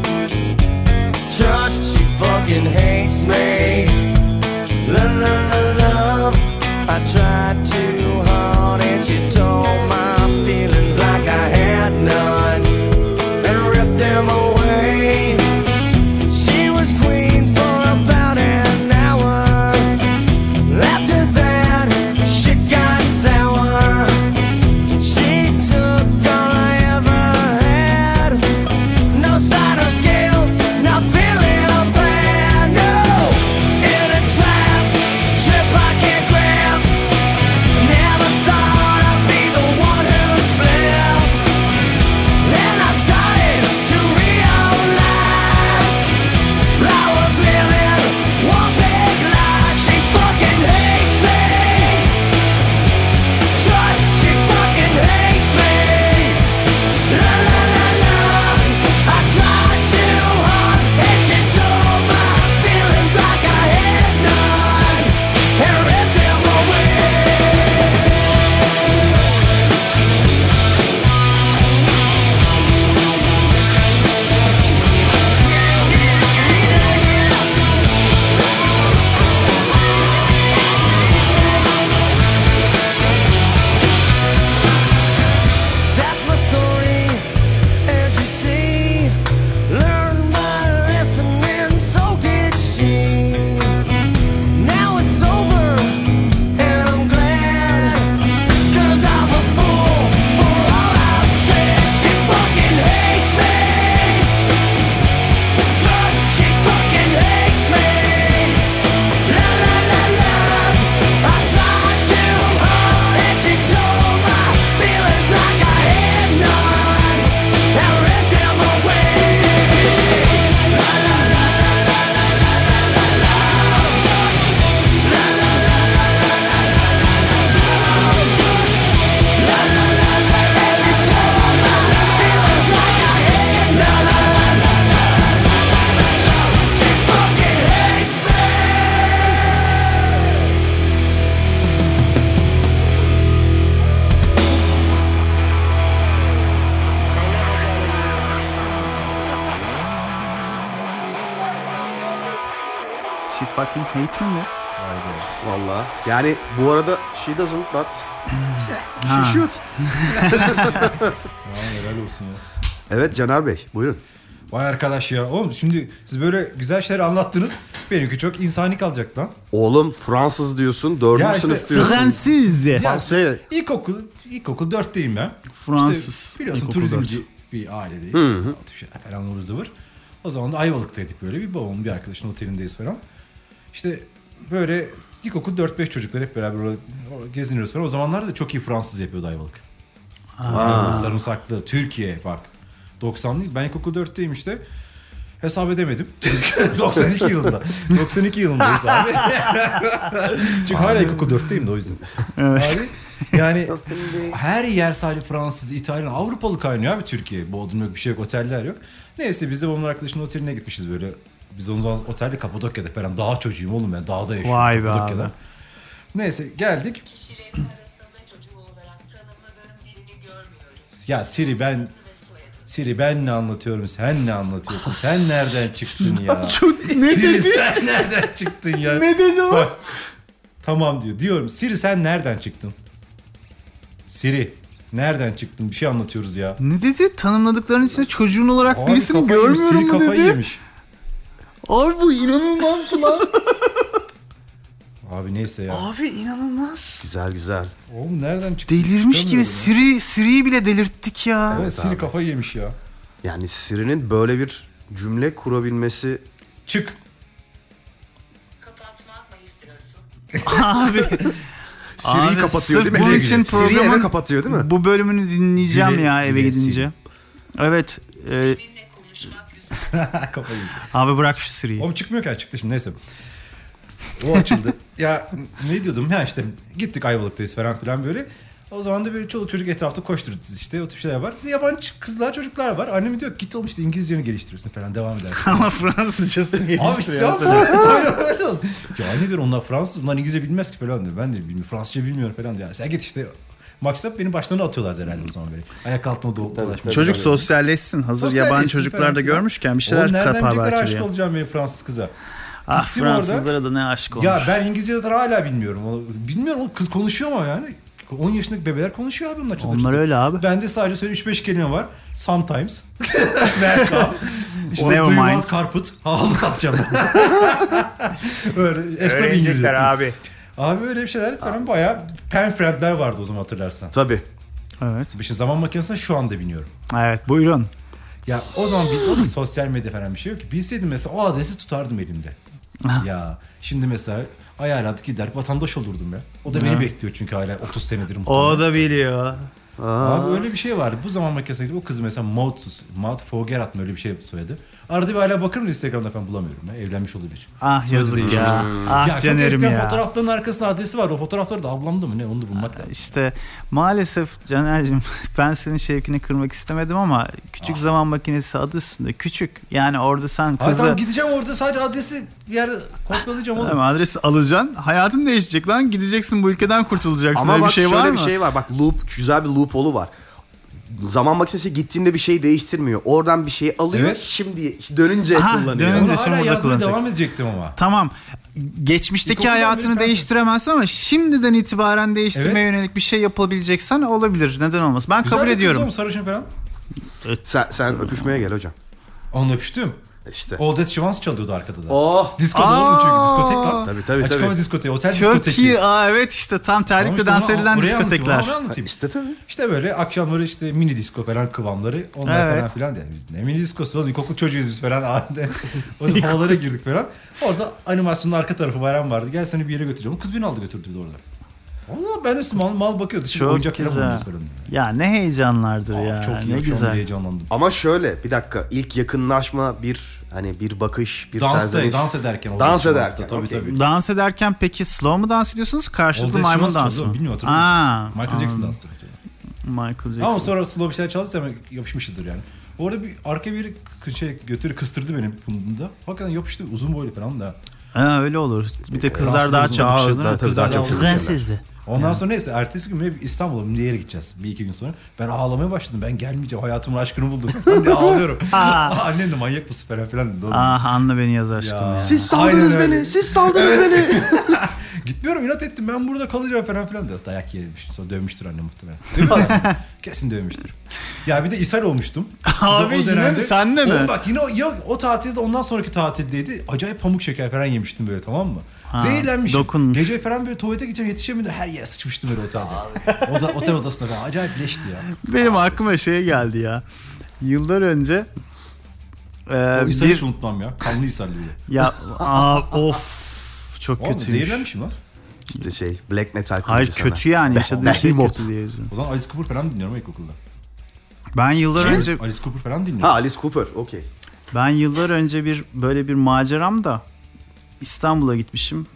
Trust, she fucking hates me. Love, love, love, love. I tried too hard and she told my feelings like I had none and ripped them away. She was queen for about an hour. After that, shit got sour. She took all I ever had. No sign of guilt, not feeling bad. No, in a trap, trip I can't grab. She fucking hate me mi? Vay be. Valla. Yani bu arada she doesn't but Ha. she should. Vay helal olsun ya. Evet Caner Bey buyurun. Vay arkadaş ya. Oğlum şimdi siz böyle güzel şeyler anlattınız. Benimki çok insani kalacak lan. Oğlum Fransız diyorsun, dördüncü Ya işte sınıf diyorsun. Fransız. Fransız. İlkokul, ilkokul dörtteyim ben. Fransız. İşte biliyorsun İlkokul turizmci bir ailedeyiz. Hı hı. Altı bir şeyler falan ıvır zıvır. O zaman da Ayvalık'taydık böyle. Bir babamın bir arkadaşının otelindeyiz falan. İşte böyle ilkokul dört beş çocuklar hep beraber orada geziniyoruz falan. O zamanlarda da çok iyi Fransız yapıyordu Ayvalık. Aa. Sarımsaklı. Türkiye bak. doksanlı ben ilkokul dörtteyim işte. Hesap edemedim. doksan iki yılında. doksan iki yılındayız abi. Çünkü hala ilkokul dörtteyim de o yüzden. Evet. Abi yani her yer sadece Fransız, İtalyan, Avrupalı kaynıyor abi Türkiye. Bodrum yok, bir şey yok, oteller yok. Neyse biz de babamın arkadaşının oteline gitmişiz böyle. Biz o zaman otelde Kapadokya'da falan. Dağ çocuğuyum oğlum ben. Dağda yaşıyorum. Vay be Kapadokya'da. abi. Neyse geldik. Kişilerin arasında çocuğu olarak tanımladığım birini görmüyorum. Ya Siri ben Ve soyadı. Siri ben ne anlatıyorum sen ne anlatıyorsun? Sen nereden çıktın ya? Ne Siri dedi? sen nereden çıktın ya? Ne dedi o? Bak, tamam diyor. Diyorum Siri sen nereden çıktın? Siri nereden çıktın? Bir şey anlatıyoruz ya. Ne dedi? Tanımladıkların içinde çocuğun olarak Abi birisini kafayı yemiş, görmüyorum Siri mu kafayı dedi? yemiş. Abi bu inanılmazdı lan. Abi neyse ya. Abi inanılmaz. Güzel güzel. Oğlum nereden çıktı? Delirmiş gibi Çıkamıyorum ya. Siri Siri'yi bile delirttik ya. Evet Siri abi. kafayı yemiş ya. Yani Siri'nin böyle bir cümle kurabilmesi Çık. Kapatmak mı istiyorsun? Abi. Siri'yi Abi, kapatıyor sırf değil mi? bunun Eve için gidince? Siri'yi programın- eve kapatıyor değil mi? Bu bölümünü dinleyeceğim Dile- ya eve dile gidince. Siri. Evet. e, Seninle konuşmak güzel. Kafayı yemiş. abi bırak şu Siri'yi. Oğlum çıkmıyor ki çıktı şimdi neyse. O açıldı. Ya ne diyordum ya işte gittik Ayvalık'tayız falan filan böyle. O zaman da böyle çoluk çocuk etrafta koşturuyoruz işte o tip şeyler var. Yabancı kızlar çocuklar var. Annem diyor git oğlum işte İngilizceni geliştirirsin falan devam edersin. Ama Fransızcasını Abi işte geliştiriyor. öyle öyle oldu. Ya ne diyor onlar Fransız bunlar İngilizce bilmez ki falan diyor. Ben de bilmiyorum Fransızca bilmiyorum falan diyor. Ya sen git işte maksat benim başlarına atıyorlardı herhalde o zaman böyle. Ayak altına do- dolaşmak. Çocuk sosyalleşsin. Hazır Sosyalleşsin yabancı çocuklar da falan. görmüşken bir şeyler Oğlum nereden kapar bilecekler belki aşık diye. olacağım benim Fransız kıza. Ah Gittim orada. Fransızlara da ne aşık olmuş. Ya ben İngilizce zaten hala bilmiyorum. O- Bilmiyorum o kız konuşuyor ama yani. on yaşındaki bebeler konuşuyor abi onlar çıtır Onlar çıtır. öyle abi. Bende sadece söyle üç beş kelime var. Sometimes. Welcome. İşte Never do you mind. want carpet? Halı satacağım. Öyle ekstra bir İngilizcesi. abi. Abi öyle bir şeyler falan bayağı pen friendler vardı o zaman hatırlarsan. Tabii. Evet. Şimdi zaman makinesine şu anda biniyorum. Evet buyurun. Ya o zaman bir, o zaman sosyal medya falan bir şey yok ki. Bilseydim mesela o adresi tutardım elimde. ya şimdi mesela ayarladık gider vatandaş olurdum ya. O da beni Ha. bekliyor çünkü hala otuz senedir muhtemelen. O da biliyor. Abi öyle bir şey vardı. Bu zaman makinesine gidip o kızı mesela Maudsuz, Maud Fogerat mı öyle bir şey soyadı. Arada bir hala bakırım da Instagram'da falan bulamıyorum ya. Evlenmiş olabilir. Ah Soyadı yazık değişmiş. ya. Ah ya çok Caner'im eskiden ya. fotoğrafların arkasında adresi var. O fotoğrafları da ablamda mı ne onu da bulmak lazım. İşte maalesef Caner'cim ben senin şevkini kırmak istemedim ama küçük Ah. zaman makinesi adı üstünde. Küçük. Yani orada sen Abi kızı... tamam gideceğim orada sadece adresi bir yerde kopyalayacağım oğlum. Tamam, adresi alacaksın. Hayatın değişecek lan. Gideceksin bu ülkeden kurtulacaksın. Ama Öyle bak bir şey şöyle var bir mı? şey var. Bak loop güzel bir loophole'u var. Zaman makinesi gittiğinde bir şey değiştirmiyor. Oradan bir şey alıyor. Evet. Şimdi dönünce Aha, kullanıyor. dönünce. Onu şimdi hala burada yazmaya kullanacak. devam edecektim ama. Tamam. Geçmişteki İlkokuldan beri hayatını ben- değiştiremezsin ama şimdiden itibaren değiştirmeye Evet. yönelik bir şey yapabileceksen olabilir. Neden olmaz? Ben Güzel kabul bir kız ediyorum. oğlum, sarışın falan. Sen, sen öpüşmeye gel hocam. Onunla öpüştüm. İşte. All That She Wants çalıyordu arkada da. Oh. Diskoda Aa. oğlum çünkü diskotek lan. Tabii tabii Açık tabii. hava diskoteki, otel Çok diskoteki. iyi. Aa, evet işte tam terlikle Tamam işte dans onu- edilen orayı anlatayım, diskotekler. onu anlatayım. İşte tabii. İşte böyle akşamları işte mini disco falan kıvamları onlar Evet. falan filan diye. Biz ne mini diskosu oğlum ilkokul çocuğuyuz biz falan. Halde. O havalara girdik falan. Orada animasyonun arka tarafı bayram vardı. Gel seni bir yere götüreceğim. O kız beni aldı götürdü orada. Valla ben de mal, mal bakıyordu. Şimdi Çok oyuncak yere güzel. bulunuyoruz falan. Ya ne heyecanlardır Aa, ya. çok iyi. ne Şu anda güzel. heyecanlandım. Ama şöyle bir dakika. İlk yakınlaşma bir hani bir bakış, bir Dansta, serzeniş. dans ederken. All Dans That She ederken, Wants'ta, Tabii okey. tabii. Dans ederken peki slow mu dans ediyorsunuz? Karşılıklı All That She maymun Wants dansı çaldı, mı? bilmiyorum, hatırlamıyorum. Aa, Michael Jackson anladım. dansı. Michael Jackson. Ama sonra slow bir şeyler çaldıysa hemen yapışmışızdır yani. Orada bir arka bir şey götürü kıstırdı benim bunda. Hakikaten yapıştı uzun boylu falan da. Ha, öyle olur. Bir de kızlar daha çabuk Daha- üşenir. daha- tabii daha çok üşenirler. Fransızı. Ondan sonra neyse ertesi gün hep İstanbul'a bir yere gideceğiz. Bir iki gün sonra. Ben ağlamaya başladım. Ben gelmeyeceğim. Hayatımın aşkını buldum. Ben de ağlıyorum. Aa, annem de manyak mısın falan filan dedi. Oğlum. Ah Anla beni yaz aşkım Ya. ya. Siz saldınız Aynen öyle. beni. Siz saldınız beni. Gitmiyorum, inat ettim, ben burada kalacağım falan filan diyor. Dayak yemiş. Sonra dövmüştür annem muhtemelen. Dövmez. Kesin dövmüştür. Ya bir de ishal olmuştum. Abi Bir de yine mi? Sen de mi? Oğlum bak yine o, ya, o tatilde ondan sonraki tatildeydi. Acayip pamuk şeker falan yemiştim böyle, tamam mı? Ha, Zehirlenmişim. dokunmuş. Gece falan böyle tuvalete gideceğim, yetişemedim. Her yere sıçmıştım böyle otelde. Oda, otel odasında falan. Acayip leşti ya. Benim aklıma şey geldi ya. Yıllar önce e, O ishali bir hiç unutmam ya. Kanlı ishal böyle. ya aa, of çok Oğlum kötüymüş. zehirlenmişim lan. İşte şey black metal. Hayır kurucu sana. kötü yani yaşadığı şey Behemoth. kötü diye yazıyorum. O zaman Alice Cooper falan dinliyorum ilkokulda. Ben yıllar önce Alice Cooper falan dinliyorum. Ha Alice Cooper. Okey. ben yıllar önce bir böyle bir maceramda İstanbul'a gitmişim.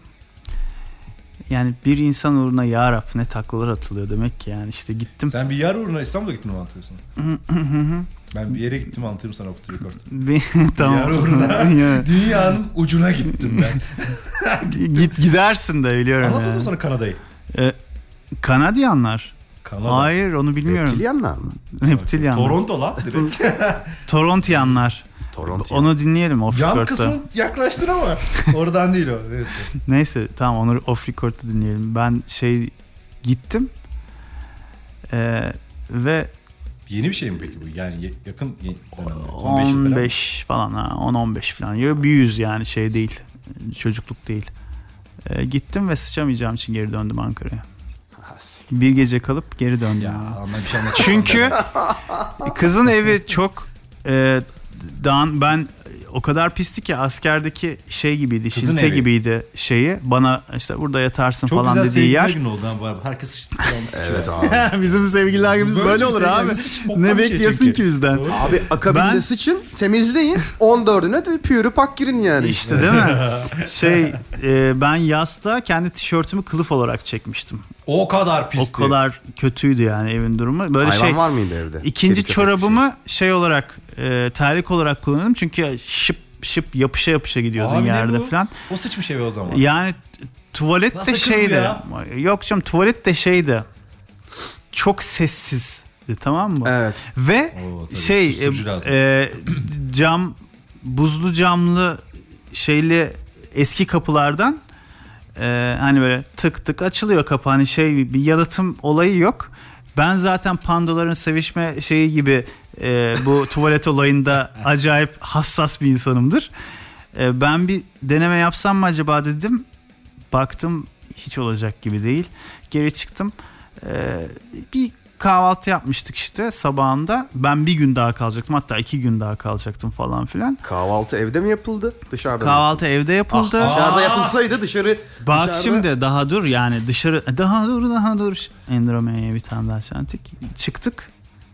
Yani bir insan uğruna ya Rab ne taklalar atılıyor demek ki yani işte gittim. Sen bir yer uğruna İstanbul'a gittin mi anlatıyorsun? Ben bir yere gittim, anlatayım sana off the record. Bir- tamam. Yer uğruna Ya, dünyanın ucuna gittim ben. Git gidersin de biliyorum Anlatmadım yani. sana Kanada'yı. Ee, Kanadyanlar. Kanada. Hayır onu bilmiyorum. Reptilyanlar mı? Reptilyanlar. Toronto lan direkt. Torontyanlar. Toronto. Onu dinleyelim off Yan record'da. kısmı yaklaştın ama oradan değil o. Neyse. Neyse tamam onu off record'da dinleyelim. Ben şey gittim. Ee, ve Yeni bir şey mi peki bu? Yani ye- yakın ye- dönemde. on beş yıl falan. on beş falan ha on on beş falan. Ya büyüğüz yani şey değil. Çocukluk değil. Ee, gittim ve sıçamayacağım için geri döndüm Ankara'ya. Ha, s- Bir gece kalıp geri döndüm. Ya yani. anlam bir şey anlatacağım. Çünkü kızın evi çok e, dan ben o kadar pisti ki askerdeki şey gibiydi, Kızın şilte evi. gibiydi şeyi. Bana işte burada yatarsın çok falan güzel dediği sevgililer yer. günü oldu ha bu arada. Herkes sıçtı. Evet abi. Bizim sevgililer günümüz böyle, Böyle bir olur sevgililer abi. günü hiç boktan Ne bir şey bekliyorsun çünkü. ki bizden? Doğru. Abi akabinde Ben- sıçın, temizleyin. on dördüne de pürü pak girin yani. İşte değil mi? Şey e, ben yasta kendi tişörtümü kılıf olarak çekmiştim. O kadar pisti. O kadar kötüydü yani evin durumu. Böyle Hayvan şey var mıydı evde? İkinci Kedi, köpek çorabımı şey. olarak e, terlik olarak kullanıyordum çünkü şıp şıp yapışa yapışa gidiyordun Abi ne yerde bu? falan. O sıçmış evi o zaman. Yani tuvalet Nasıl de kız bu şeydi. ya? Yok canım tuvalet de şeydi. Çok sessiz. Tamam mı? Evet. Ve Oo, tabii, şey susturucu e, lazım. e, cam buzlu camlı şeyli eski kapılardan e, hani böyle tık tık açılıyor kapı, hani şey bir yalıtım olayı yok. Ben zaten pandaların sevişme şeyi gibi e, bu tuvalet olayında acayip hassas bir insanımdır. E, ben bir deneme yapsam mı acaba dedim. Baktım hiç olacak gibi değil. Geri çıktım. E, bir kahvaltı yapmıştık işte sabahında. Ben bir gün daha kalacaktım. Hatta iki gün daha kalacaktım falan filan. Kahvaltı evde mi yapıldı? Dışarıda mı? Kahvaltı evde yapıldı. Ah, dışarıda yapılsaydı dışarı... Bak dışarıda... şimdi daha dur yani dışarı daha dur daha dur. Endomene'ye bir tane daha çantik. Çıktık.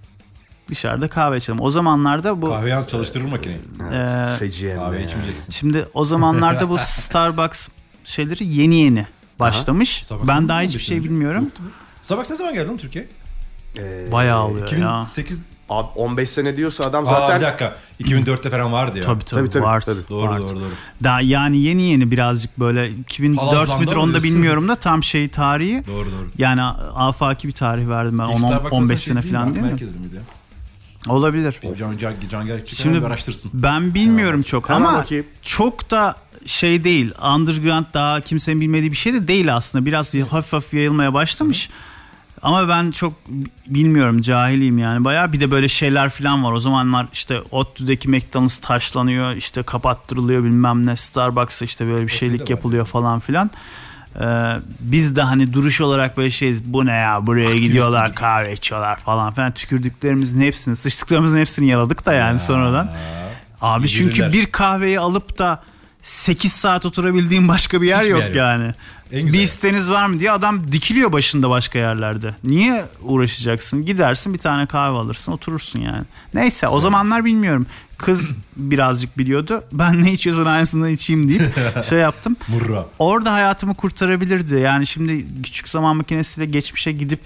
Dışarıda kahve içelim. O zamanlarda bu Kahve yalnız çalıştırır makineyi. Evet, Ee, feci hem de Kahve ya. içmeyeceksin. şimdi o zamanlarda bu Starbucks şeyleri yeni yeni başlamış. Starbucks'ın Ben mı daha oldu hiçbir şey şimdi? bilmiyorum. Yoktu mu? Starbucks ne zaman geldi oğlum Türkiye? Ee, Bayağı oluyor iki bin ya. sekiz Abi on beş sene diyorsa adam Zaten... zaten... Aa, bir dakika. iki bin dörtte falan vardı ya. Tabii tabii, Tabii, tabii, var. tabii. Doğru var. doğru doğru. Daha yani yeni yeni birazcık böyle iki bin dört Palazlandı müdür mı onu da diyorsun? bilmiyorum da tam şey tarihi. Doğru doğru. Yani afaki bir tarih verdim ben İlk on Starbucks on beş zaten sene şey değil mi? falan değil mi? Merkezde miydi ya? Olabilir. Can, can, can Gerçekçi Şimdi hemen bir araştırsın. ben bilmiyorum çok Hemen ama bakayım. çok da şey değil. Underground daha kimsenin bilmediği bir şey de değil aslında. Biraz hafif hafif yayılmaya başlamış. Ama ben çok bilmiyorum, cahiliyim yani bayağı. Bir de böyle şeyler falan var. O zamanlar işte ODTÜ'deki McDonald's taşlanıyor, işte kapattırılıyor bilmem ne. Starbucks'a işte böyle bir şeylik var yapılıyor falan filan. Ee, biz de hani duruş olarak böyle şeyiz. Bu ne ya, buraya gidiyorlar kahve içiyorlar falan filan. Tükürdüklerimizin hepsini, sıçtıklarımızın hepsini yaladık da yani sonradan. Abi iyi çünkü bilirler. bir kahveyi alıp da sekiz saat oturabildiğin başka bir yer Hiçbir yok yer yok. yani. En güzel. Bir isteğiniz var mı diye adam dikiliyor başında başka yerlerde. Niye uğraşacaksın? Gidersin bir tane kahve alırsın, oturursun yani. Neyse o zamanlar bilmiyorum. Kız birazcık biliyordu. Ben ne içiyorsan aynısından içeyim deyip şey yaptım. Murra. Orada hayatımı kurtarabilirdi. Yani şimdi küçük zaman makinesiyle geçmişe gidip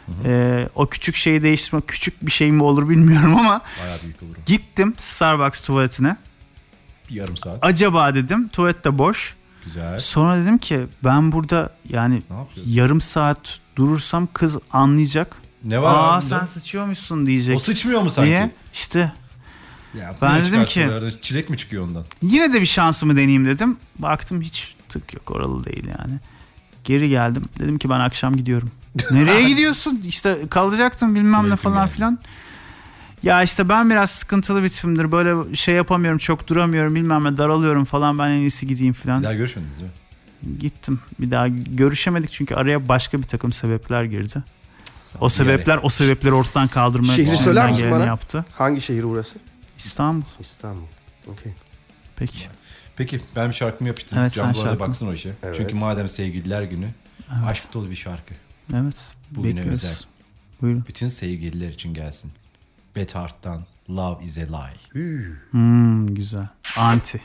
e, o küçük şeyi değiştirmek, küçük bir şey mi olur bilmiyorum ama Bayağı büyük olur. gittim Starbucks tuvaletine. Bir yarım saat. Acaba dedim tuvalet de boş. Güzel. Sonra dedim ki ben burada yani Ne yapıyorsun? yarım saat durursam kız anlayacak. Ne var Aa abi sen bunda? sıçıyormuşsun diyecek. O sıçmıyor mu sanki? Niye? İşte Ya, Ben ben dedim ki- çilek mi çıkıyor ondan? yine de bir şansımı deneyeyim dedim. Baktım hiç tık yok, oralı değil yani. Geri geldim. Dedim ki ben akşam gidiyorum. Nereye gidiyorsun? İşte kalacaktım bilmem ne Tuvaletim falan yani. filan. Ya işte ben biraz sıkıntılı bir tipimdir. Böyle şey yapamıyorum, çok duramıyorum bilmem ne, daralıyorum falan. Ben en iyisi gideyim Bir filan. daha görüşmediniz mi? Gittim. Bir daha görüşemedik çünkü araya başka bir takım sebepler girdi. O Yani- sebepler o sebepleri ortadan kaldırmaya Şehri içinden söyler misin geleni bana? yaptı. Hangi şehir burası? İstanbul. İstanbul. Okey. Peki. Peki ben bir şarkımı yapıştım. Evet, Can sen bu arada şarkını. baksın o işe. Evet. Çünkü madem sevgililer günü, Evet. aşk dolu bir şarkı. Evet. Bugüne bekliyoruz. özel. Buyurun. Bütün sevgililer için gelsin. Bethart'tan Love is a Lie. Hmm, güzel. Anti.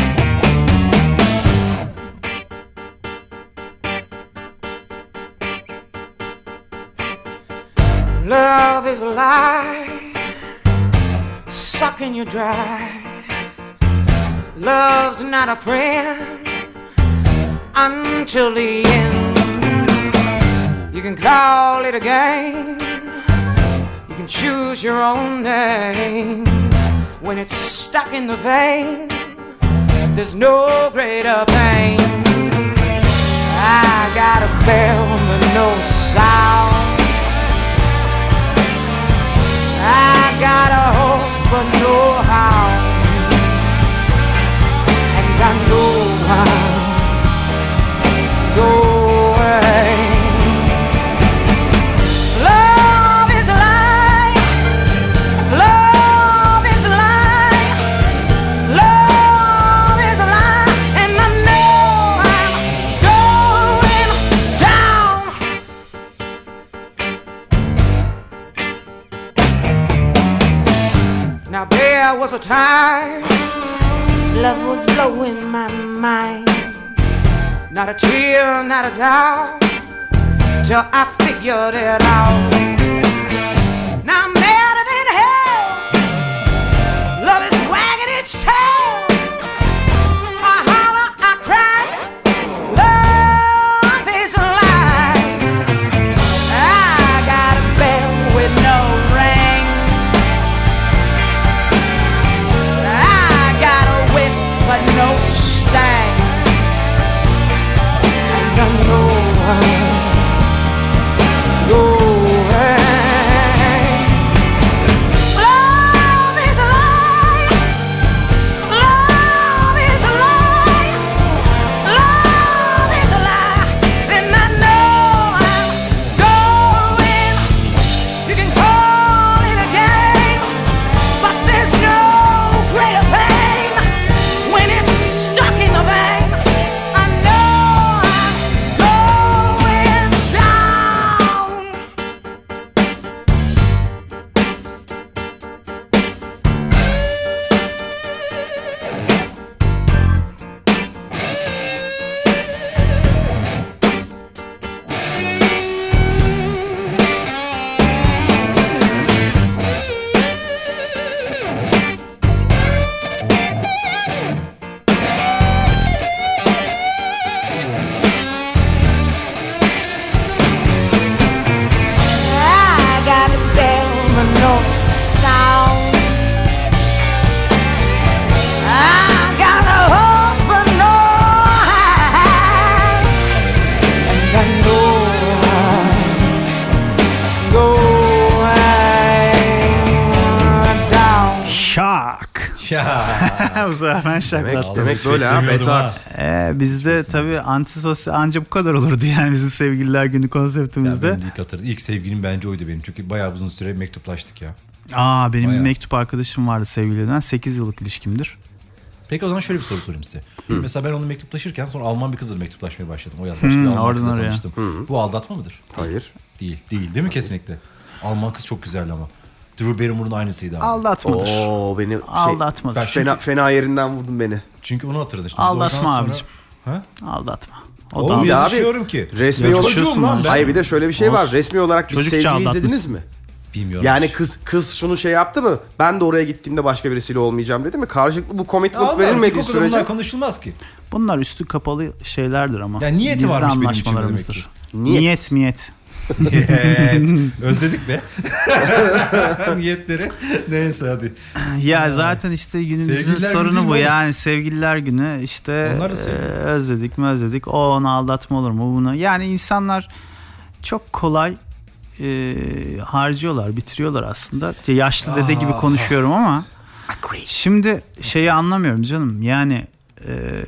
Love is a lie, sucking you dry. Love's not a friend until the end. You can call it a game, you can choose your own name. When it's stuck in the vein, there's no greater pain. I got a bell but no sound, I got a horse but no hound, and I know I'm going. Love is a lie, love is a lie, love is a lie, and I know I'm going down. Now there was a time love was blowing my mind. Not a tear, not a doubt, till I figured it out. Now I'm madder than hell, love is wagging its tail. I holler, I cry, love is a lie. I got a bell with no ring, I got a whip but no stang, and I know I'm going. Love is a lie, love is a lie, love is a lie, and I know I'm going. You can call it a game, but there's no greater pain when it's stuck in the vein. I know I'm going down. I got a bell but no sound, I got a horse but no hound, and I know I'm going down. Şak. Ya. Bu sefer ben Demek, şaklattım. demek böyle ha. beklemiyordum Betart. Ee, bizde tabii antisosyal anca bu kadar olurdu yani bizim sevgililer günü Ya konseptimizde. benim ilk, hatır, ilk sevgilim bence oydu benim. Çünkü bayağı uzun süre mektuplaştık ya. Aa benim Bayağı. bir mektup arkadaşım vardı sevgiliden. sekiz yıllık ilişkimdir. Peki o zaman şöyle bir soru sorayım size. Mesela ben onunla mektuplaşırken sonra Alman bir kızla mektuplaşmaya başladım. O yaz başka bir Hmm, Alman oradan kızla oraya. tanıştım. Bu aldatma mıdır? Hayır. Değil. Değil. Değil mi kesinlikle? Alman kız çok güzeldi ama. Drew Barrymore'un aynısıydı abi. Aldatmadır. Oo beni şey, Aldatmadır. fena, fena yerinden vurdun beni. Çünkü onu hatırladı. Işte. Biz Aldatma oradan sonra- abicim. Ha? Aldatma. O Oğlum da ya- yazışıyorum ki. Resmi Yazışıyorsun olarak lan ben. Hayır bir de şöyle bir şey var. Olsun. Resmi olarak biz Çocukça sevgili aldatmışsın. izlediniz mi? Bilmiyorum. Yani kız kız şunu şey yaptı mı? Ben de oraya gittiğimde başka birisiyle olmayacağım dedi mi? Karşılıklı bu commitment Onlar, verilmediği ilkokulda bunlar sürece konuşulmaz ki. Bunlar üstü kapalı şeylerdir ama. Ya niyeti Gizli varmış benim anlaşmalarımızdır. içimde Niyet. Niyet miyet. Evet. Özledik be. Niyetleri. Neyse hadi. Ya zaten işte günümüzün Sevgililer günü sorunu değil bu mi yani sevgililer günü işte Onlar da e, sevgili. özledik mi özledik o onu aldatma olur mu bunu yani insanlar çok kolay e, harcıyorlar bitiriyorlar aslında yaşlı dede gibi konuşuyorum ama şimdi şeyi anlamıyorum canım yani e,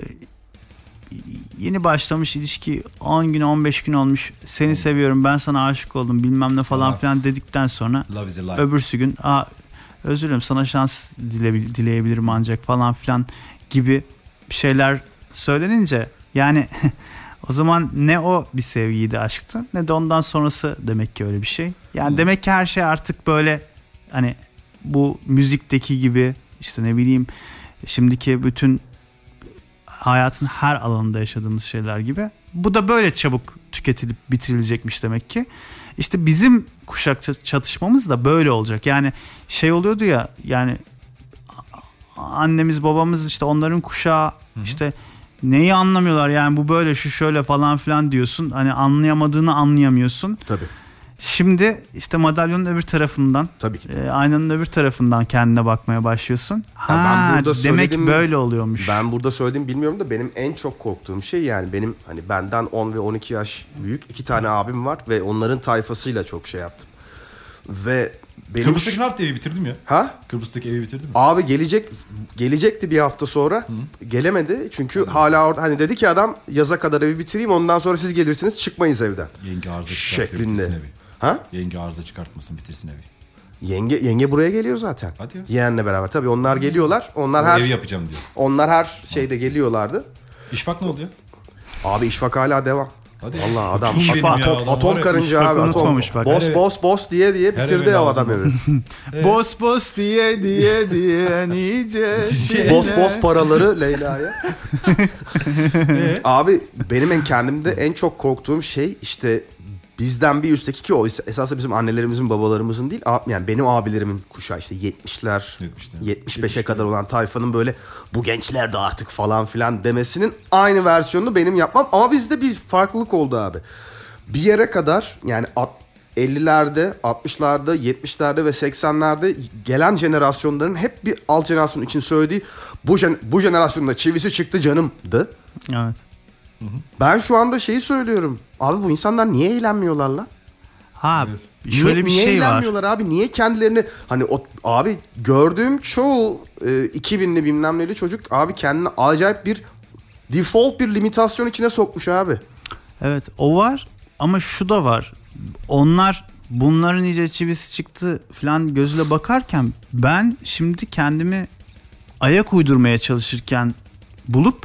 yeni başlamış ilişki on gün on beş gün olmuş seni seviyorum ben sana aşık oldum bilmem ne falan Aa. filan dedikten sonra Love is a lie. öbürsü gün Aa, özür dilerim sana şans dile, dileyebilirim ancak falan filan gibi şeyler söylenince yani o zaman ne o bir sevgiydi aşktı ne de ondan sonrası demek ki öyle bir şey. Yani Hmm. demek ki her şey artık böyle hani bu müzikteki gibi işte ne bileyim şimdiki bütün hayatın her alanında yaşadığımız şeyler gibi. Bu da böyle çabuk tüketilip bitirilecekmiş demek ki. İşte bizim kuşak çatışmamız da böyle olacak. Yani şey oluyordu ya yani annemiz babamız işte onların kuşağı işte neyi anlamıyorlar yani bu böyle şu şöyle falan filan diyorsun. Hani anlayamadığını anlayamıyorsun. tabii. Şimdi işte madalyonun öbür tarafından, Tabii ki de. e, aynanın öbür tarafından kendine bakmaya başlıyorsun. Ha, ben burada demek söyledim- böyle oluyormuş. Ben burada söylediğim bilmiyorum da benim en çok korktuğum şey yani benim hani benden on ve on iki yaş büyük iki tane abim var ve onların tayfasıyla çok şey yaptım. Ve benim Kıbrıs'taki şu- ne yaptı, evi bitirdim ya. ha? Kıbrıs'taki evi bitirdim mi? Abi gelecek gelecekti bir hafta sonra. Gelemedi. Çünkü hala orada hani dedi ki adam yaza kadar evi bitireyim ondan sonra siz gelirsiniz çıkmayız evden. Yenge arıza çıkartıyor, Şeklinde. bitirsin evi. Ha? Yenge arıza çıkartmasın, bitirsin evi. Yenge yenge buraya geliyor zaten. Hadi ya. Yeğenle beraber. Tabii onlar geliyorlar. Onlar her Evi yapacağım diyor. onlar her şeyde geliyorlardı. İşfak ne oluyor? Abi işvak hala devam. Hadi ya. Allah adam Çok iyi atom, benim ya, atom, adam atom var ya, karınca işvak abi. Atom. unutmamış bak. Boss Her- boss boss diye diye her bitirdi eve ya lazım adam evi. Boss boss diye diye diye nice. Boss boss paraları Leyla'ya. Abi benim en kendimde en çok korktuğum şey işte bizden bir üstteki ki o es- esasında bizim annelerimizin babalarımızın değil a- yani benim abilerimin kuşağı işte yetmişler Yetmişler. yetmiş beşe kadar olan tayfanın böyle bu gençler de artık falan filan demesinin aynı versiyonunu benim yapmam ama bizde bir farklılık oldu abi. Bir yere kadar yani at- ellilerde, altmışlarda, yetmişlerde ve seksenlerde gelen jenerasyonların hep bir alt jenerasyon için söylediği bu jen- bu jenerasyonda çivisi çıktı canımdı. Evet. Ben şu anda şeyi söylüyorum. Abi bu insanlar niye eğlenmiyorlar lan? Ha Niye- şöyle bir niye şey var. eğlenmiyorlar abi? Niye kendilerini hani o, abi gördüğüm çoğu e, iki binli bilmem neli çocuk abi kendini acayip bir default bir limitasyon içine sokmuş abi. Evet o var ama şu da var. Onlar bunların iyice çivisi çıktı falan gözüyle bakarken ben şimdi kendimi ayak uydurmaya çalışırken bulup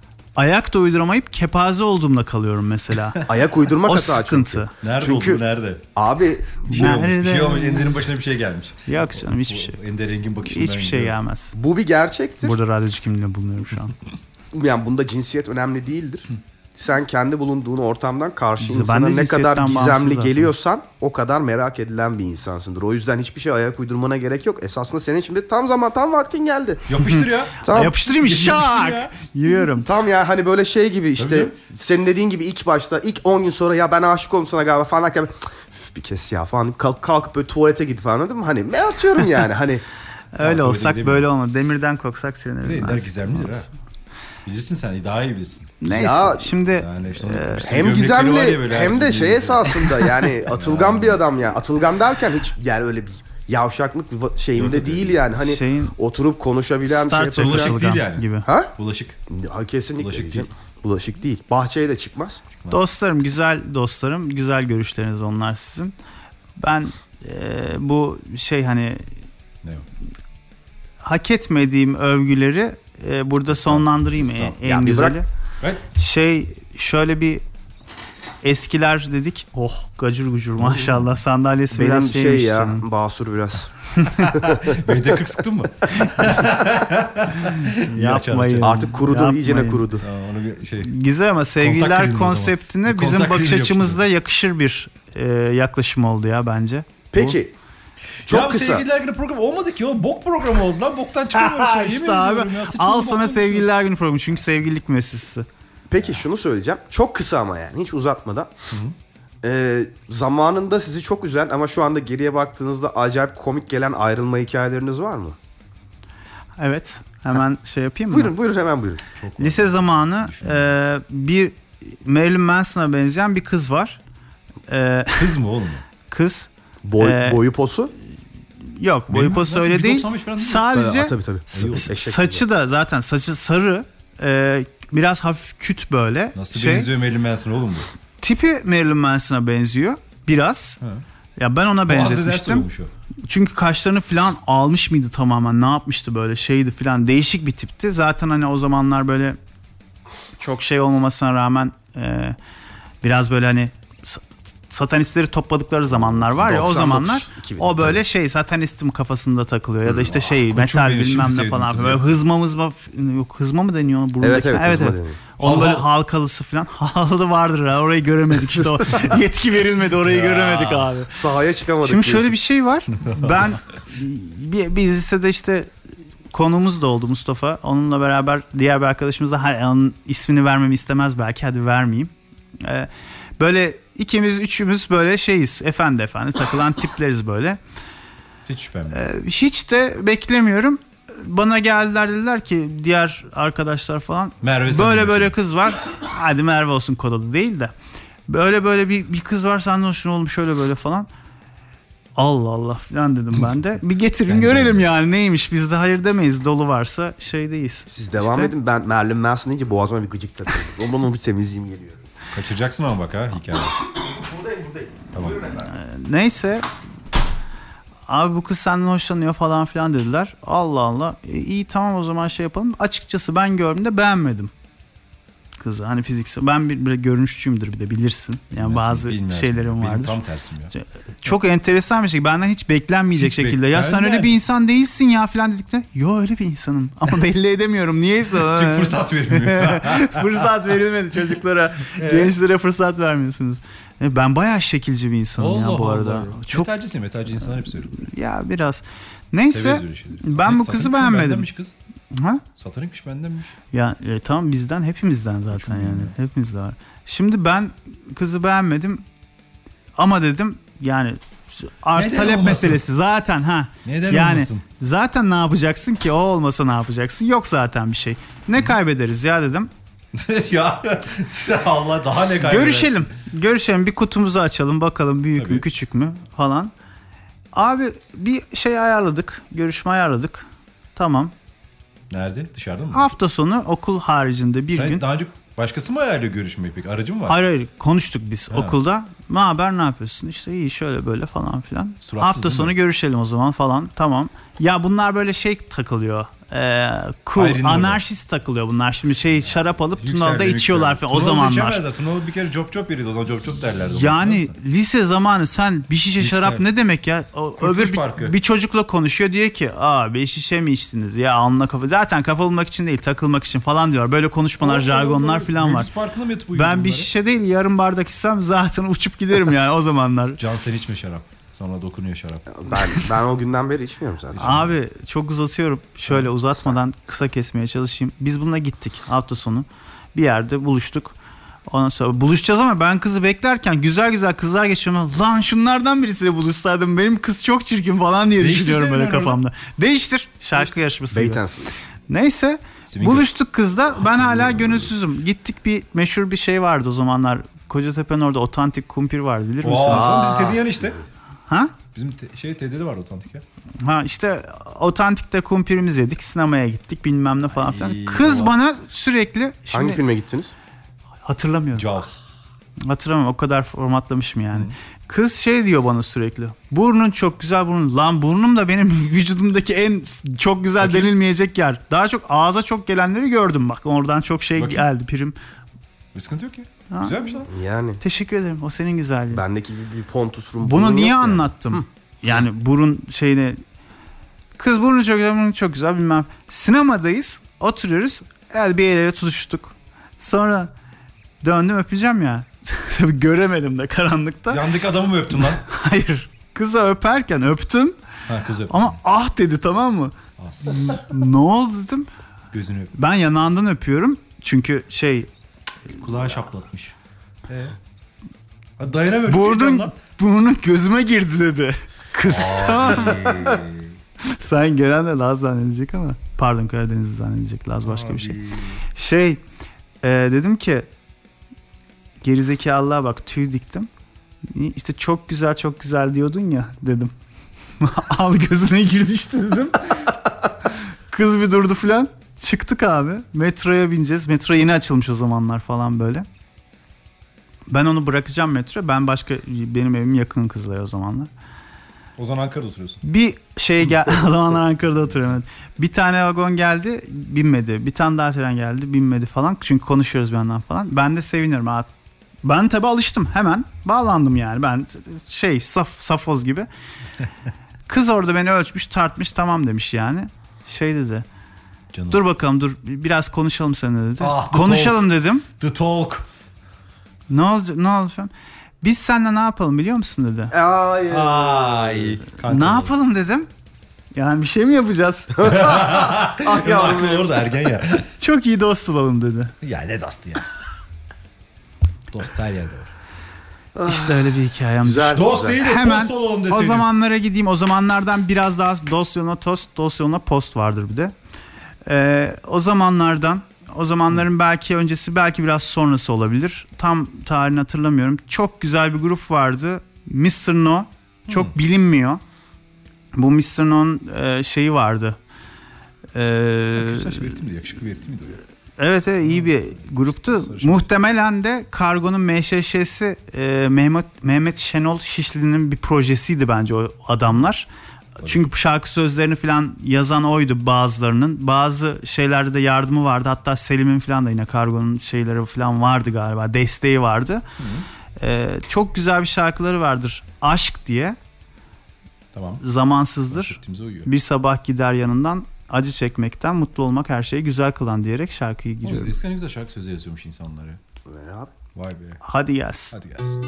ayak da uyduramayıp kepaze olduğumda kalıyorum mesela. Ayak uydurmak O hata çünkü. sıkıntı. Nerede Çünkü- oldu, nerede? Abi Bir şey olmuş, bir Nerede? şey olmuş. Ender'in başına bir şey gelmiş. Yok canım hiçbir şey. Bu Ender Engin bakışından. Hiçbir şey gidiyorum. gelmez. bu bir gerçektir. Burada radyocu kimliğiyle bulunuyorum şu an. Yani bunda cinsiyet önemli değildir. Sen kendi bulunduğun ortamdan karşı İşte ben insana de ne kadar cinsiyetten bağımsız gizemli zaten. geliyorsan o kadar merak edilen bir insansındır. O yüzden hiçbir şey ayak uydurmana gerek yok. Esasında senin şimdi tam zaman tam vaktin geldi. Yapıştır ya. Tamam. Yapıştırayım Yapıştır şak. ya. Yürüyorum. Tam ya hani böyle şey gibi işte Tabii. senin dediğin gibi ilk başta ilk on gün sonra ya ben aşık oldum sana galiba falan derken "Üf, bir kes ya falan kalk, kalkıp böyle tuvalete git falan anladın mı? Hani ne atıyorum yani hani Öyle Tamam, olsak öyle böyle olmadı. Demirden korksak Bir de siliniriz. Ender gizemlidir ha. Bilirsin sen, daha iyi bilirsin. Neyse Ya, şimdi Yani işte onun Ee, bir sürü hem gömlekleri var gizemli ya böyle hem de herkesin şey gibi. esasında yani atılgan bir adam ya. Atılgan derken hiç yani öyle bir yavşaklık va- şeyinde Yok, yok, değil yok. yani. Hani Şeyin- oturup konuşabilen Star şey Trek Bulaşık yapabilen. değil yani. gibi. Ha? Bulaşık. Ha, kesinlikle Bulaşık diyeceğim. değil. Bulaşık değil. Bahçeye de çıkmaz. Dostlarım, güzel dostlarım, güzel görüşleriniz onlar sizin. Ben e, bu şey hani Ne o? hak etmediğim övgüleri e, burada sonlandırayım en, Estağfurullah. en Ya bir güzeli. bırak. Ben Şey şöyle bir eskiler dedik. Oh gacur gucur maşallah sandalyesi Benim biraz şey şeymiş ya senin. basur biraz. beni de kırk sıktın mı? İyi açar, Yapmayın. açar. Artık kurudu Yapmayın. iyicene kurudu. Tamam, onu bir şey. Güzel ama Kontak sevgililer kırayım o zaman. konseptine Bir bizim kontak bakış kırayım açımızda yapıştırın. yakışır bir e, yaklaşım oldu ya bence. Peki Çok ya kısa. Sevgililer Günü programı olmadı ki o. Bok programı oldu lan. Boktan çıkamıyoruz. ya. işte Yemin abi ediyorum ya, sıçmadım, al bok sana yapıyorum. sevgililer günü programı çünkü sevgililik meselesi. Peki şunu söyleyeceğim. Çok kısa ama yani hiç uzatmadan. Ee, zamanında sizi çok üzen ama şu anda geriye baktığınızda acayip komik gelen ayrılma hikayeleriniz var mı? Evet hemen şey yapayım mı? Buyurun buyurun hemen buyurun. Lise zamanı e, bir Marilyn Manson'a benzeyen bir kız var. E, Kız mı oğlum? kız Boy, Ee, boyu posu? yok boyu Marilyn posu Manson öyle bir değil. doksan beş falan değil mi? Sadece Tabii tabii. tabii. s- Eşek saçı gibi. da zaten saçı sarı. E, biraz hafif küt böyle. Nasıl şey, benziyor Marilyn Manson oğlum bu? Tipi Marilyn Manson'a benziyor biraz. Ha. Ya ben ona Boğaz Ersoy benzetmiştim. olmuş o. Çünkü kaşlarını falan almış mıydı tamamen, ne yapmıştı böyle şeydi falan, değişik bir tipti. Zaten hani o zamanlar böyle çok şey olmamasına rağmen e, biraz böyle hani sa- satanistleri topladıkları zamanlar var ya o doksan dokuz, zamanlar iki bin. o böyle şey satanistim kafasında takılıyor ya da işte şey koçum metal benim, şimdi bilmem ne sevdim falan kızı. böyle hızma mızma yok hızma mı deniyor ona burundaki? Evet evet. evet, hızma evet. deniyor. Onun böyle Hal- halkalısı falan halı vardır ha, orayı göremedik işte o yetki verilmedi orayı göremedik abi. Sahaya çıkamadık. Şimdi şöyle diyorsun. bir şey var. Ben bir, bir lisede işte konuğumuz da oldu Mustafa. Onunla beraber diğer bir arkadaşımız da ha, onun ismini vermemi istemez belki. Hadi vermeyeyim. Ee, böyle ikimiz üçümüz böyle şeyiz. Efendi efendi takılan tipleriz böyle. Hiç şüphem yok. Ee, hiç de beklemiyorum. Bana geldiler dediler ki diğer arkadaşlar falan. Merve sen böyle diyorsun. böyle kız var. Hadi Merve olsun kod adı değil de. Böyle böyle bir, bir kız var senden hoşun olmuş şöyle böyle falan. Allah Allah falan dedim ben de. Bir getirin Ben de görelim öyle. yani neymiş. Biz de hayır demeyiz. Dolu varsa şeydeyiz. Siz devam İşte. edin. Ben Marilyn Manson deyince boğazıma bir gıcık takıldı. Ondan bir temizliğim geliyor. Kaçıracaksın ama bak ha hikaye. Buradayım buradayım. Tamam. Buyurun efendim. Neyse. Abi bu kız senden hoşlanıyor falan filan dediler. Allah Allah. E, iyi tamam o zaman şey yapalım. Açıkçası ben gördüğümde beğenmedim kızı. Hani fiziksel. Ben bir, bir görünüşçüyümdür bir de bilirsin. Yani bazı Bilmez şeylerim mi? Benim vardır. tam tersim ya. Çok enteresan bir şey. Benden hiç beklenmeyecek Hiç şekilde. bek- Ya sen sen öyle de. bir insan değilsin ya falan dediklerinde. Yo öyle bir insanım. Ama belli edemiyorum. Niyeyse. Çünkü fırsat verilmiyor. fırsat verilmedi çocuklara. Gençlere fırsat vermiyorsunuz. E, Ben bayağı şekilci bir insanım ya bu arada. Çok Metalcisin, metalci insanlar hep söylüyor. ya biraz. Neyse. Severiz öyle şeyleri. Ben bu Satanik- kızı satanikmiş, beğenmedim. Bendenmiş kız. Ha? Satanikmiş bendenmiş. Ya e, tamam bizden hepimizden zaten yani. bilmiyorum. Hepimizde var. Şimdi ben kızı beğenmedim. Ama dedim yani arz Neden talep olmasın? meselesi zaten ha. Neden yani olmasın? zaten ne yapacaksın ki? O olmasa ne yapacaksın? Yok zaten bir şey. Ne kaybederiz ya dedim. ya Allah daha ne kaybedersin? Görüşelim. Görüşelim. Bir kutumuzu açalım. Bakalım büyük mü Tabii. küçük mü falan. Abi bir şey ayarladık. Görüşme ayarladık. Tamam. Nerede? Dışarıda mı? Hafta sonu okul haricinde bir Sen gün. daha önce başkası mı ayarlıyor görüşmeyi peki? Aracı mı var? Hayır hayır konuştuk biz Ha. okulda. Ne haber ne yapıyorsun? İşte iyi şöyle böyle falan filan. Suratsız Hafta değil sonu mi? görüşelim o zaman falan. Tamam. Ya bunlar böyle şey takılıyor. Ee, cool, Ayrı'nın orada. anarşist takılıyor bunlar. Şimdi şey şarap alıp Tunalı'da Yükseldi, içiyorlar yükseldi. falan o Tunalı zamanlar. içemezler. Tunalı bir kere cop cop yeriydi. O zaman cop cop derlerdi. Yani Hatırlarsın. lise zamanı sen bir şişe Yüksel. şarap ne demek ya? O, Kurtuluş öbür bir, Parkı. bir çocukla konuşuyor diyor ki aa bir şişe mi içtiniz? Ya alnına kafa. Zaten kafa bulmak için değil takılmak için falan diyor. Böyle konuşmalar, jargonlar falan var. Meclis Parkı'na mı yatıp uyuyordun Ben bir bunları? şişe değil yarım bardak içsem zaten uçup giderim yani o zamanlar. Can sen içme şarap. Sonra dokunuyor şarap. Ben ben o günden beri içmiyorum zaten. Abi çok uzatıyorum. Şöyle uzatmadan kısa kesmeye çalışayım. Biz bununla gittik hafta sonu. Bir yerde buluştuk. Ondan sonra buluşacağız ama ben kızı beklerken güzel güzel kızlar geçiyorum. Lan şunlardan birisiyle buluşsaydım benim kız çok çirkin falan diye Değiştirsene düşünüyorum böyle yani kafamda. Değiştir. Şarkı yarışması gibi. Bait and switch. Neyse Swinger. buluştuk kızla. Ben hala gönülsüzüm. Gittik bir meşhur bir şey vardı o zamanlar. Kocatepe'nin orada otantik kumpir vardı bilir misiniz? Aa, bizim Teddy yan işte. Ha? Bizim te- şey Teddy'de vardı otantik ya. Ha işte otantikte kumpirimizi yedik. Sinemaya gittik bilmem ne falan filan. Ay, Kız Allah. bana sürekli şimdi Hangi filme gittiniz? hatırlamıyorum. Jaws. Hatırlamıyorum o kadar formatlamışım yani. Kız şey diyor bana sürekli. Burnun çok güzel burnun. Lan burnum da benim vücudumdaki en çok güzel Bakayım. denilmeyecek yer. Daha çok ağza çok gelenleri gördüm bak. Oradan çok şey Bakayım. geldi prim. Bir sıkıntı yok ya. Ha. Güzelmiş lan. Yani Teşekkür ederim. O senin güzelliğin. bendeki bir, bir Pontus Rum. Bunu burun niye yok yani. anlattım? Yani burun şeyini kız burnu çok güzel, burnu çok güzel bilmem. Sinemadayız, oturuyoruz. El bir el ele tutuştuk. Sonra döndüm öpeceğim ya. Tabii göremedim de karanlıkta. Yandaki adamı mı öptün lan? Hayır. Kızı öperken öptüm. Ha, kız öp. Ama ah dedi, tamam mı? As. Ne oldu dedim. Gözünü öp. Ben yanağından öpüyorum. Çünkü şey Kulağı şaplatmış. Ee? Ha, dayanamıyorum. burnun, heyecandan. burnun gözüme girdi dedi. Kız tamam mı? Sen gören de Laz zannedecek ama. Pardon, Karadeniz'i zannedecek. Laz başka bir şey. Şey e, dedim ki gerizekalığa bak, tüy diktim. İşte çok güzel çok güzel diyordun ya dedim. Al gözüne girdi işte dedim. Kız bir durdu falan. Çıktık abi. Metroya bineceğiz. Metro yeni açılmış o zamanlar falan böyle. Ben onu bırakacağım metro. Ben başka, benim evim yakın Kızılay'a o zamanlar. O zaman Ankara'da oturuyorsun. Bir şey gel o zamanlar Ankara'da oturuyorum. Evet. Bir tane vagon geldi, binmedi. Bir tane daha tren geldi, binmedi falan. Çünkü konuşuyoruz bir yandan falan. Ben de sevinirim. Ha. Ben tabii alıştım. Hemen bağlandım yani. Ben şey saf safoz gibi. Kız orada beni ölçmüş, tartmış, tamam demiş yani. Şey dedi. Canım. Dur bakalım dur biraz konuşalım seninle dedi. Ah, the konuşalım dedim. The Talk. Ne oldu ne oldu efendim? Biz seninle ne yapalım biliyor musun dedi. Ay. Ay. Ne yapalım dedim. Yani bir şey mi yapacağız? Ah yavrum. Aklı orada ergen ya. Çok iyi dost olalım dedi. Ya ne dostu ya. Dost her yerde var. İşte öyle bir hikayem. Güzel. Dost güzel. değil de Hemen post olalım o deseydin. zamanlara gideyim. O zamanlardan biraz daha dost yoluna tost, dost yoluna post vardır bir de. Ee, o zamanlardan, o zamanların belki öncesi, belki biraz sonrası olabilir. Tam tarihini hatırlamıyorum. Çok güzel bir grup vardı. mister No. Çok hmm. bilinmiyor. Bu mister No'nun e, şeyi vardı. Ee, Küsaç belirtti miydi? Yakışıklı belirtti miydi o ya? Evet, evet iyi bir gruptu. Muhtemelen de Kargo'nun M Ş Ş'si e, Mehmet Mehmet Şenol Şişli'nin bir projesiydi bence o adamlar. Tabii. Çünkü şarkı sözlerini falan yazan oydu bazılarının. Bazı şeylerde de yardımı vardı. Hatta Selim'in falan da yine Kargo'nun şeyleri falan vardı galiba. Desteği vardı. E, çok güzel bir şarkıları vardır. Aşk diye. Tamam. Zamansızdır. uyuyor. Bir sabah gider yanından. Acı çekmekten mutlu olmak her şeyi güzel kılan diyerek şarkıyı giriyorum. Oğlum, eskiden güzel şarkı sözü yazıyormuş insanlar ya. Ya. Vay be. Hadi gelsin. Hadi gelsin.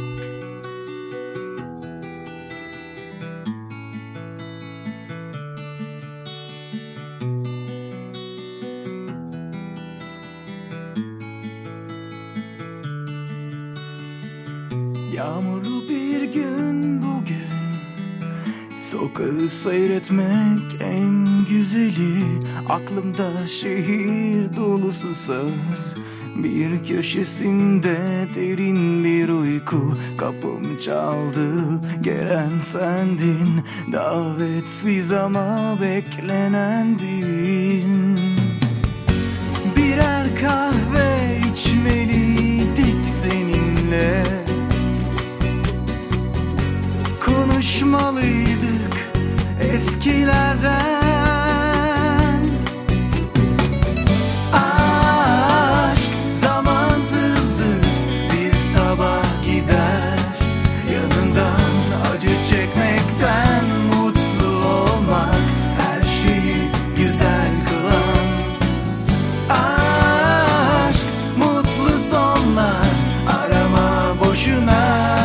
Yağmurlu bir gün bugün, sokağı seyretmek en güzeli. Aklımda şehir dolusu söz, bir köşesinde derin bir uyku. Kapım çaldı, gelen sendin, davetsiz ama beklenendin. Birer kahve içmeliydik seninle, konuşmalıydık eskilerden. Aşk zamansızdır, bir sabah gider yanından. Acı çekmekten mutlu olmak her şeyi güzel kılan. Aşk mutlu sonlar arama boşuna.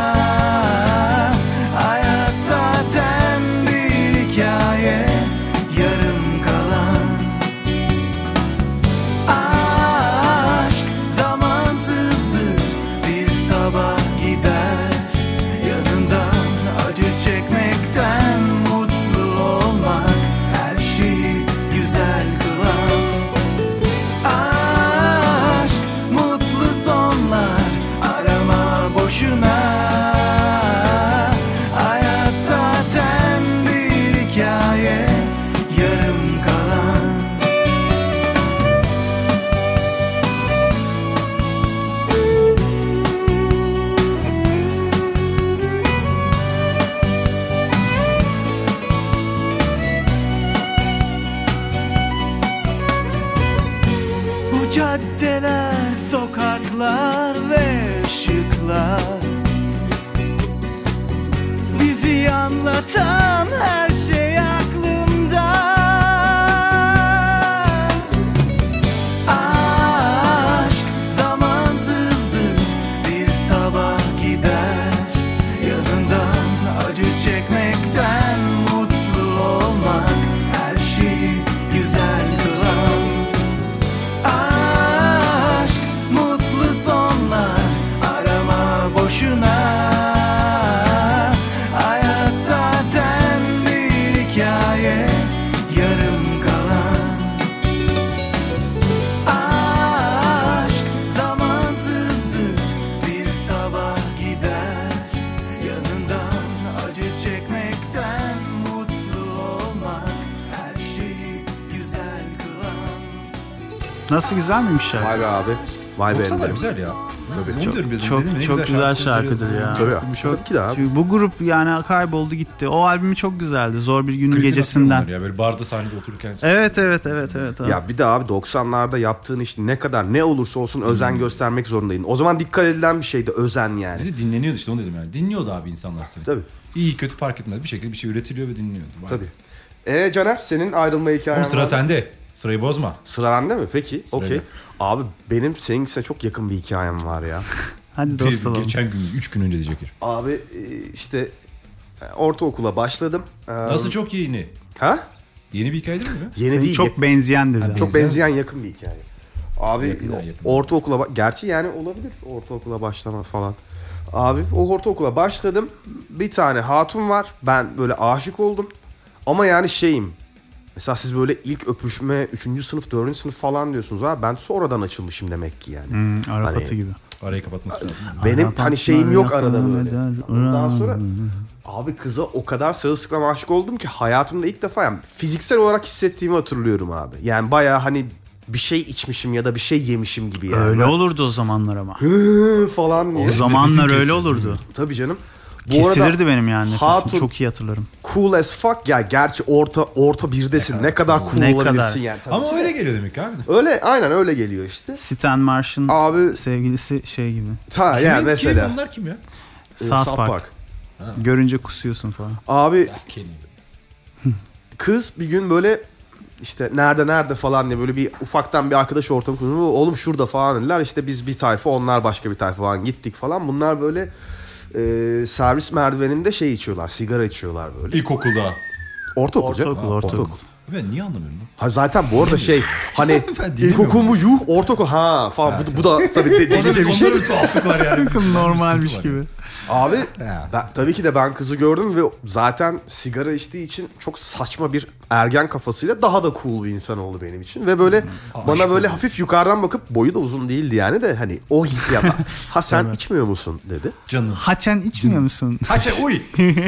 Caddeler, sokaklar ve ışıklar, bizi anlatan her şey aklımda. Aşk zamansızdır, bir sabah gider yanından. Acı çekmek Nasıl, güzel miymiş şarkı? Vay be abi. Vay be doksanlar Ender'im. güzel ya. Onu Çok diyorum biraz çok, önce, değil mi? Ne çok güzel şarkı şarkıdır sözleri ya. Tabii ya. Çok, Tabii ki de abi. çünkü bu grup yani kayboldu gitti. O albümü çok güzeldi. Zor bir günün Klipini gecesinden. hatırlıyorum ya, böyle barda sahnede otururken. Evet evet evet evet. evet. Ya bir de abi doksanlarda yaptığın iş ne kadar ne olursa olsun özen göstermek zorundaydın. O zaman dikkat edilen bir şeydi özen yani. Bir de dinleniyordu işte, onu dedim yani. Dinliyordu abi insanlar seni. Tabii. İyi kötü fark etmez. Bir şekilde bir şey üretiliyor ve dinliyordu. Vay. Tabii. E Caner, senin ayrılma hikayen Ama sıra var mı? sende. Sırayı bozma. Sıra bende mi? Peki. Sıra Okey. bende. Abi benim seninkisine çok yakın bir hikayem var ya. Hadi dost olalım. Geçen gün, üç gün önce diyecek. Abi e, işte e, ortaokula başladım. Ee, Nasıl çok yeni? Ha? Yeni bir hikaye değil mi? Yeni Senin değil. çok benzeyen dedi. Çok benzeyen yakın bir hikaye. Abi Yakın, ha, yakın. ortaokula ba- gerçi yani olabilir ortaokula başlama falan. Abi o ortaokula başladım. Bir tane hatun var. Ben böyle aşık oldum. Ama yani şeyim. Mesela siz böyle ilk öpüşme üçüncü sınıf, dördüncü sınıf falan diyorsunuz ha. Ben sonradan açılmışım demek ki yani. Hmm, Arap Hani- atı gibi. Arayı kapatması lazım. Benim Arap hani şeyim yok atlar arada yakın böyle. eder. Ondan sonra abi kıza o kadar sırılsıklam aşık oldum ki hayatımda ilk defa yani fiziksel olarak hissettiğimi hatırlıyorum abi. Yani bayağı hani bir şey içmişim ya da bir şey yemişim gibi yani. Öyle Ben- olurdu o zamanlar ama. Hı falan diye. O zamanlar nefesim öyle kesildi. olurdu. Tabii canım. Bu Kesilirdi arada benim yani nefesim. hatun- Çok iyi hatırlarım. cool as fuck ya, gerçi orta orta birdesin. Ne kadar cool Ne olabilirsin kadar. yani. Tabii Ama ki. öyle geliyor demek ki abi. Öyle aynen öyle geliyor işte. Stan Marsh'ın Abi sevgilisi şey gibi. ta yani Kim- mesela. Kim onlar kim ya? e, South Park. Görünce kusuyorsun falan. Abi Kenny. kız bir gün böyle işte nerede nerede falan diye böyle bir ufaktan bir arkadaş ortamı kurdu. Oğlum şurada falan dediler. İşte biz bir tayfa, onlar başka bir tayfa falan gittik falan. Bunlar böyle e, servis merdiveninde şey içiyorlar. Sigara içiyorlar böyle. İlkokulda. Ortaokul canım. Ortaokul, ortaokul. Ben niye anlamıyorum lan? Ha zaten bu arada şey hani Ben dinlemiyorum. ilkokul mu yuh, ortaokul ha falan. Bu, bu da tabii de, delice bir şey. Onların tuhaflık var yani. Normalmiş Sıkıntı var gibi. Abi Ya. ben, tabii ki de ben kızı gördüm ve zaten sigara içtiği için çok saçma bir ergen kafasıyla daha da cool bir insan oldu benim için. Ve böyle bana böyle hafif yukarıdan bakıp, boyu da uzun değildi yani de hani o hissiyat. Ha sen içmiyor musun dedi. Canım. Haçen içmiyor musun? Haçe uy.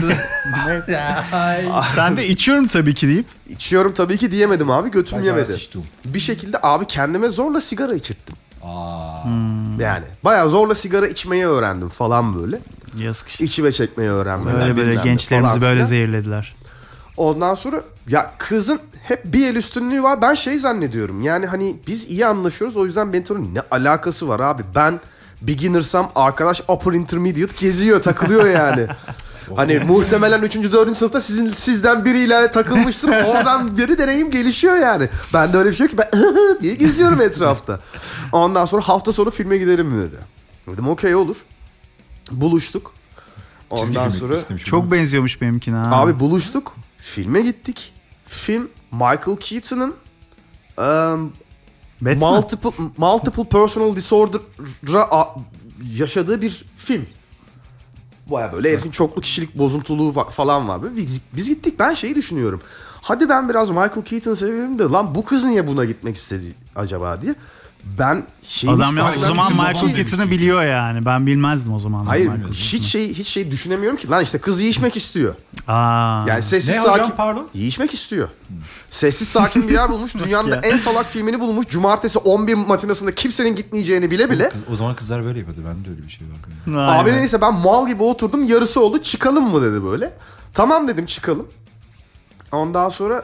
Sen de içiyorum tabii ki deyip. İçiyorum tabii ki diyemedim abi, götüm yemedi. Sıçtım. Bir şekilde abi kendime zorla sigara içirttim. Aa. Yani bayağı zorla sigara içmeyi öğrendim falan böyle. Yazık işte. İçime çekmeyi öğrendim. Böyle böyle gençlerimizi böyle zehirlediler. Ondan sonra ya kızın hep bir el üstünlüğü var. Ben şey zannediyorum yani hani biz iyi anlaşıyoruz, o yüzden Bento'nun ne alakası var abi? Ben beginnersam arkadaş upper intermediate geziyor, takılıyor yani. Hani muhtemelen üçüncü dördüncü sınıfta sizin sizden biriyle takılmıştır. Oradan biri deneyim gelişiyor yani. Ben de öyle bir şey yok ki, ben diye geziyorum etrafta. Ondan sonra hafta sonu filme gidelim mi dedi. Dedim okey olur. Buluştuk. Ondan sonra Çok benziyormuş benimkine ha. abi buluştuk. Filme gittik. Film Michael Keaton'ın um, Batman. multiple multiple personal disorder'a a- yaşadığı bir film. Baya böyle herifin çoklu kişilik bozuntuluğu va- falan var. Böyle biz, biz gittik, ben şeyi düşünüyorum. Hadi ben biraz Michael Keaton'ı seviyorum da lan bu kız niye buna gitmek istedi acaba diye. Ben şeyi hiç Adam ya fark o zaman etmedim. Michael Keaton'ı biliyor yani. Ben bilmezdim o zaman. Hayır Michael hiç şey hiç şey düşünemiyorum ki, lan işte kız yiyişmek istiyor. Aa. Yani sessiz Ne sakin. hocam, pardon? Yiyişmek istiyor. Sessiz sakin bir yer bulmuş. Dünyanın da en salak filmini bulmuş. Cumartesi on bir matinasında kimsenin gitmeyeceğini bile bile. Kız- o zaman kızlar böyle yapıyordu. Bende de öyle bir şey var. Aynen. Abi neyse ben mal gibi oturdum. Yarısı oldu. Çıkalım mı dedi böyle. Tamam dedim, çıkalım. Ondan sonra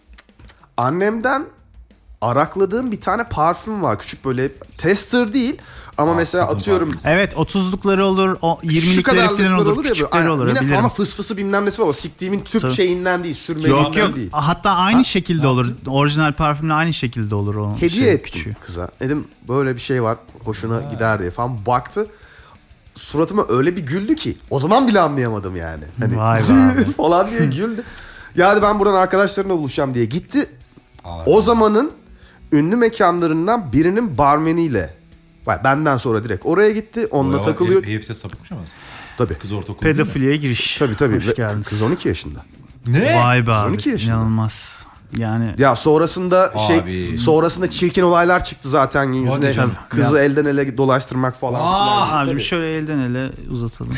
annemden arakladığım bir tane parfüm var. Küçük böyle tester değil. Ama mesela kadın atıyorum parfümü. Evet otuzlukları olur, o şu yirmilikleri kadarlıklar falan olur, olur ya böyle. küçükleri Aynen. olur. Yine bilirim. ama fısfısı bilmem nesi var. O siktiğimin tüp Tabii. şeyinden değil. Sürmeliğinden Yok yok. değil. Hatta aynı şekilde olur. Orijinal parfümle aynı şekilde olur o Hediye şey, ettim küçüğü. kıza. Dedim böyle bir şey var, hoşuna gider diye falan. Baktı. Suratıma öyle bir güldü ki o zaman bile anlayamadım yani. Hani Vay be abi. falan diye güldü. Ya hadi ben buradan arkadaşlarımla buluşacağım diye gitti. Aa, O zamanın ünlü mekanlarından birinin barmeniyle, vay, benden sonra direkt oraya gitti. Onunla takılıyor. Herifte sapıkmış ama. Tabii. Kız ortaokulu değil mi? Pedofiliye giriş. Tabii tabii. Hoş Ve geldiniz. kız on iki yaşında. Ne? Vay be abi. on iki yaşında. İnanılmaz. Yani Ya sonrasında Abi. şey sonrasında çirkin olaylar çıktı zaten yüzüne. Hadi canım. Kızı elden ele dolaştırmak falan. Aa, filan. abicim Tabii. şöyle elden ele uzatalım.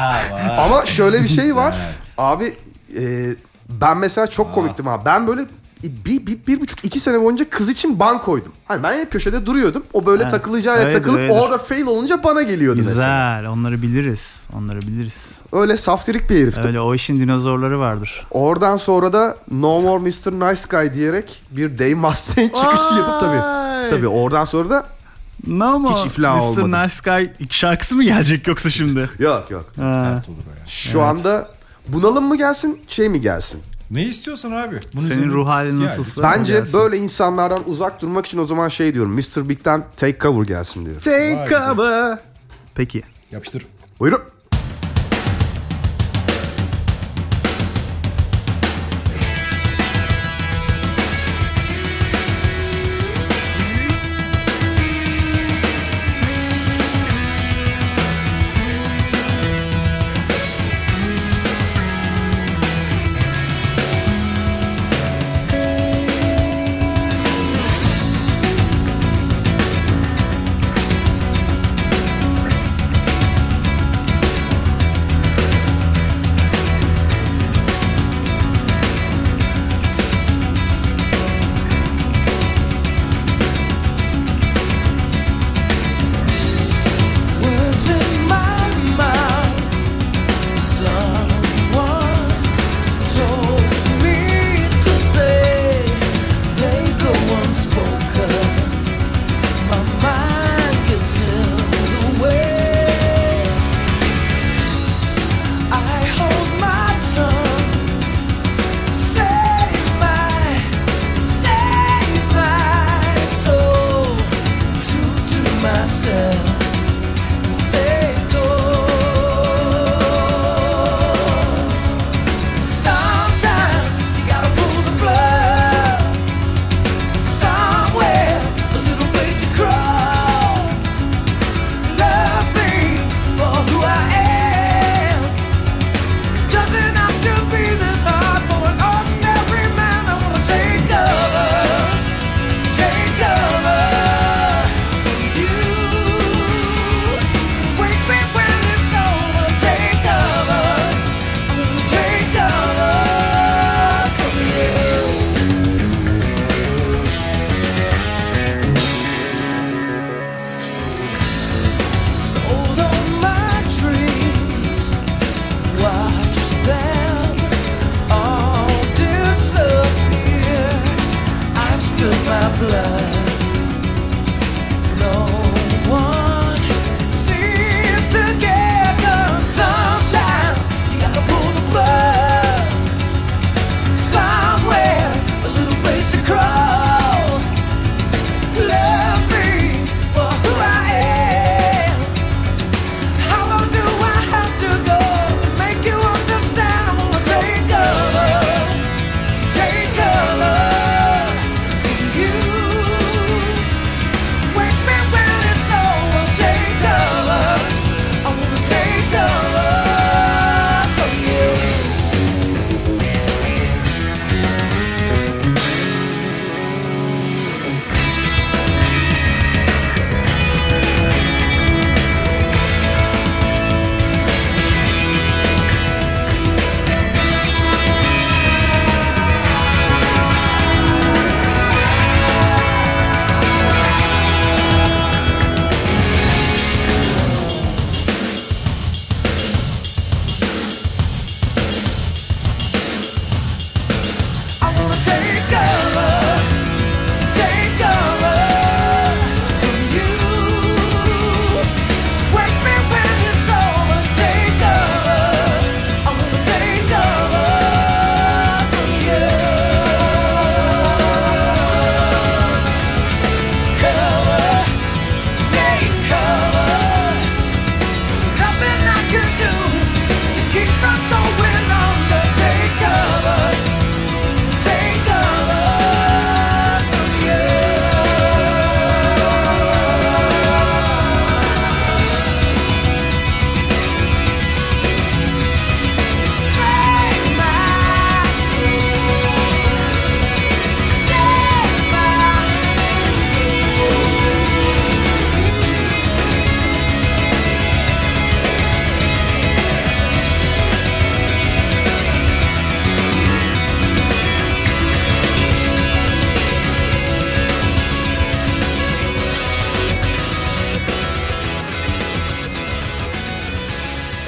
Ama şöyle bir şey var. Abi e, ben mesela çok komiktim abi. Ben böyle bir, bir, bir buçuk iki sene boyunca kız için ban koydum. Hani ben hep köşede duruyordum. O böyle Ha, takılacağıyla öyledir, takılıp öyledir. orada fail olunca bana geliyordu Güzel. mesela. Onları biliriz. Onları biliriz. Öyle saftirik bir heriftim. Öyle o işin dinozorları vardır. Oradan sonra da No More mister Nice Guy diyerek bir Dave Mustaine çıkışı yapıp tabii. Vay! Tabii oradan sonra da No mu? Hiç iflah mister olmadım. Nice Guy iki şarkısı mı gelecek yoksa şimdi? yok yok. Ha. Sert olur o ya. Şu anda bunalım mı gelsin şey mi gelsin? Ne istiyorsan abi. Bunun Senin üzerine- ruh halin Yani, nasılsa. Bence gelsin. böyle insanlardan uzak durmak için o zaman şey diyorum. mister Big'den Take Cover gelsin diyorum. Take Vay güzel. cover. Peki. Yapıştır. Buyurun.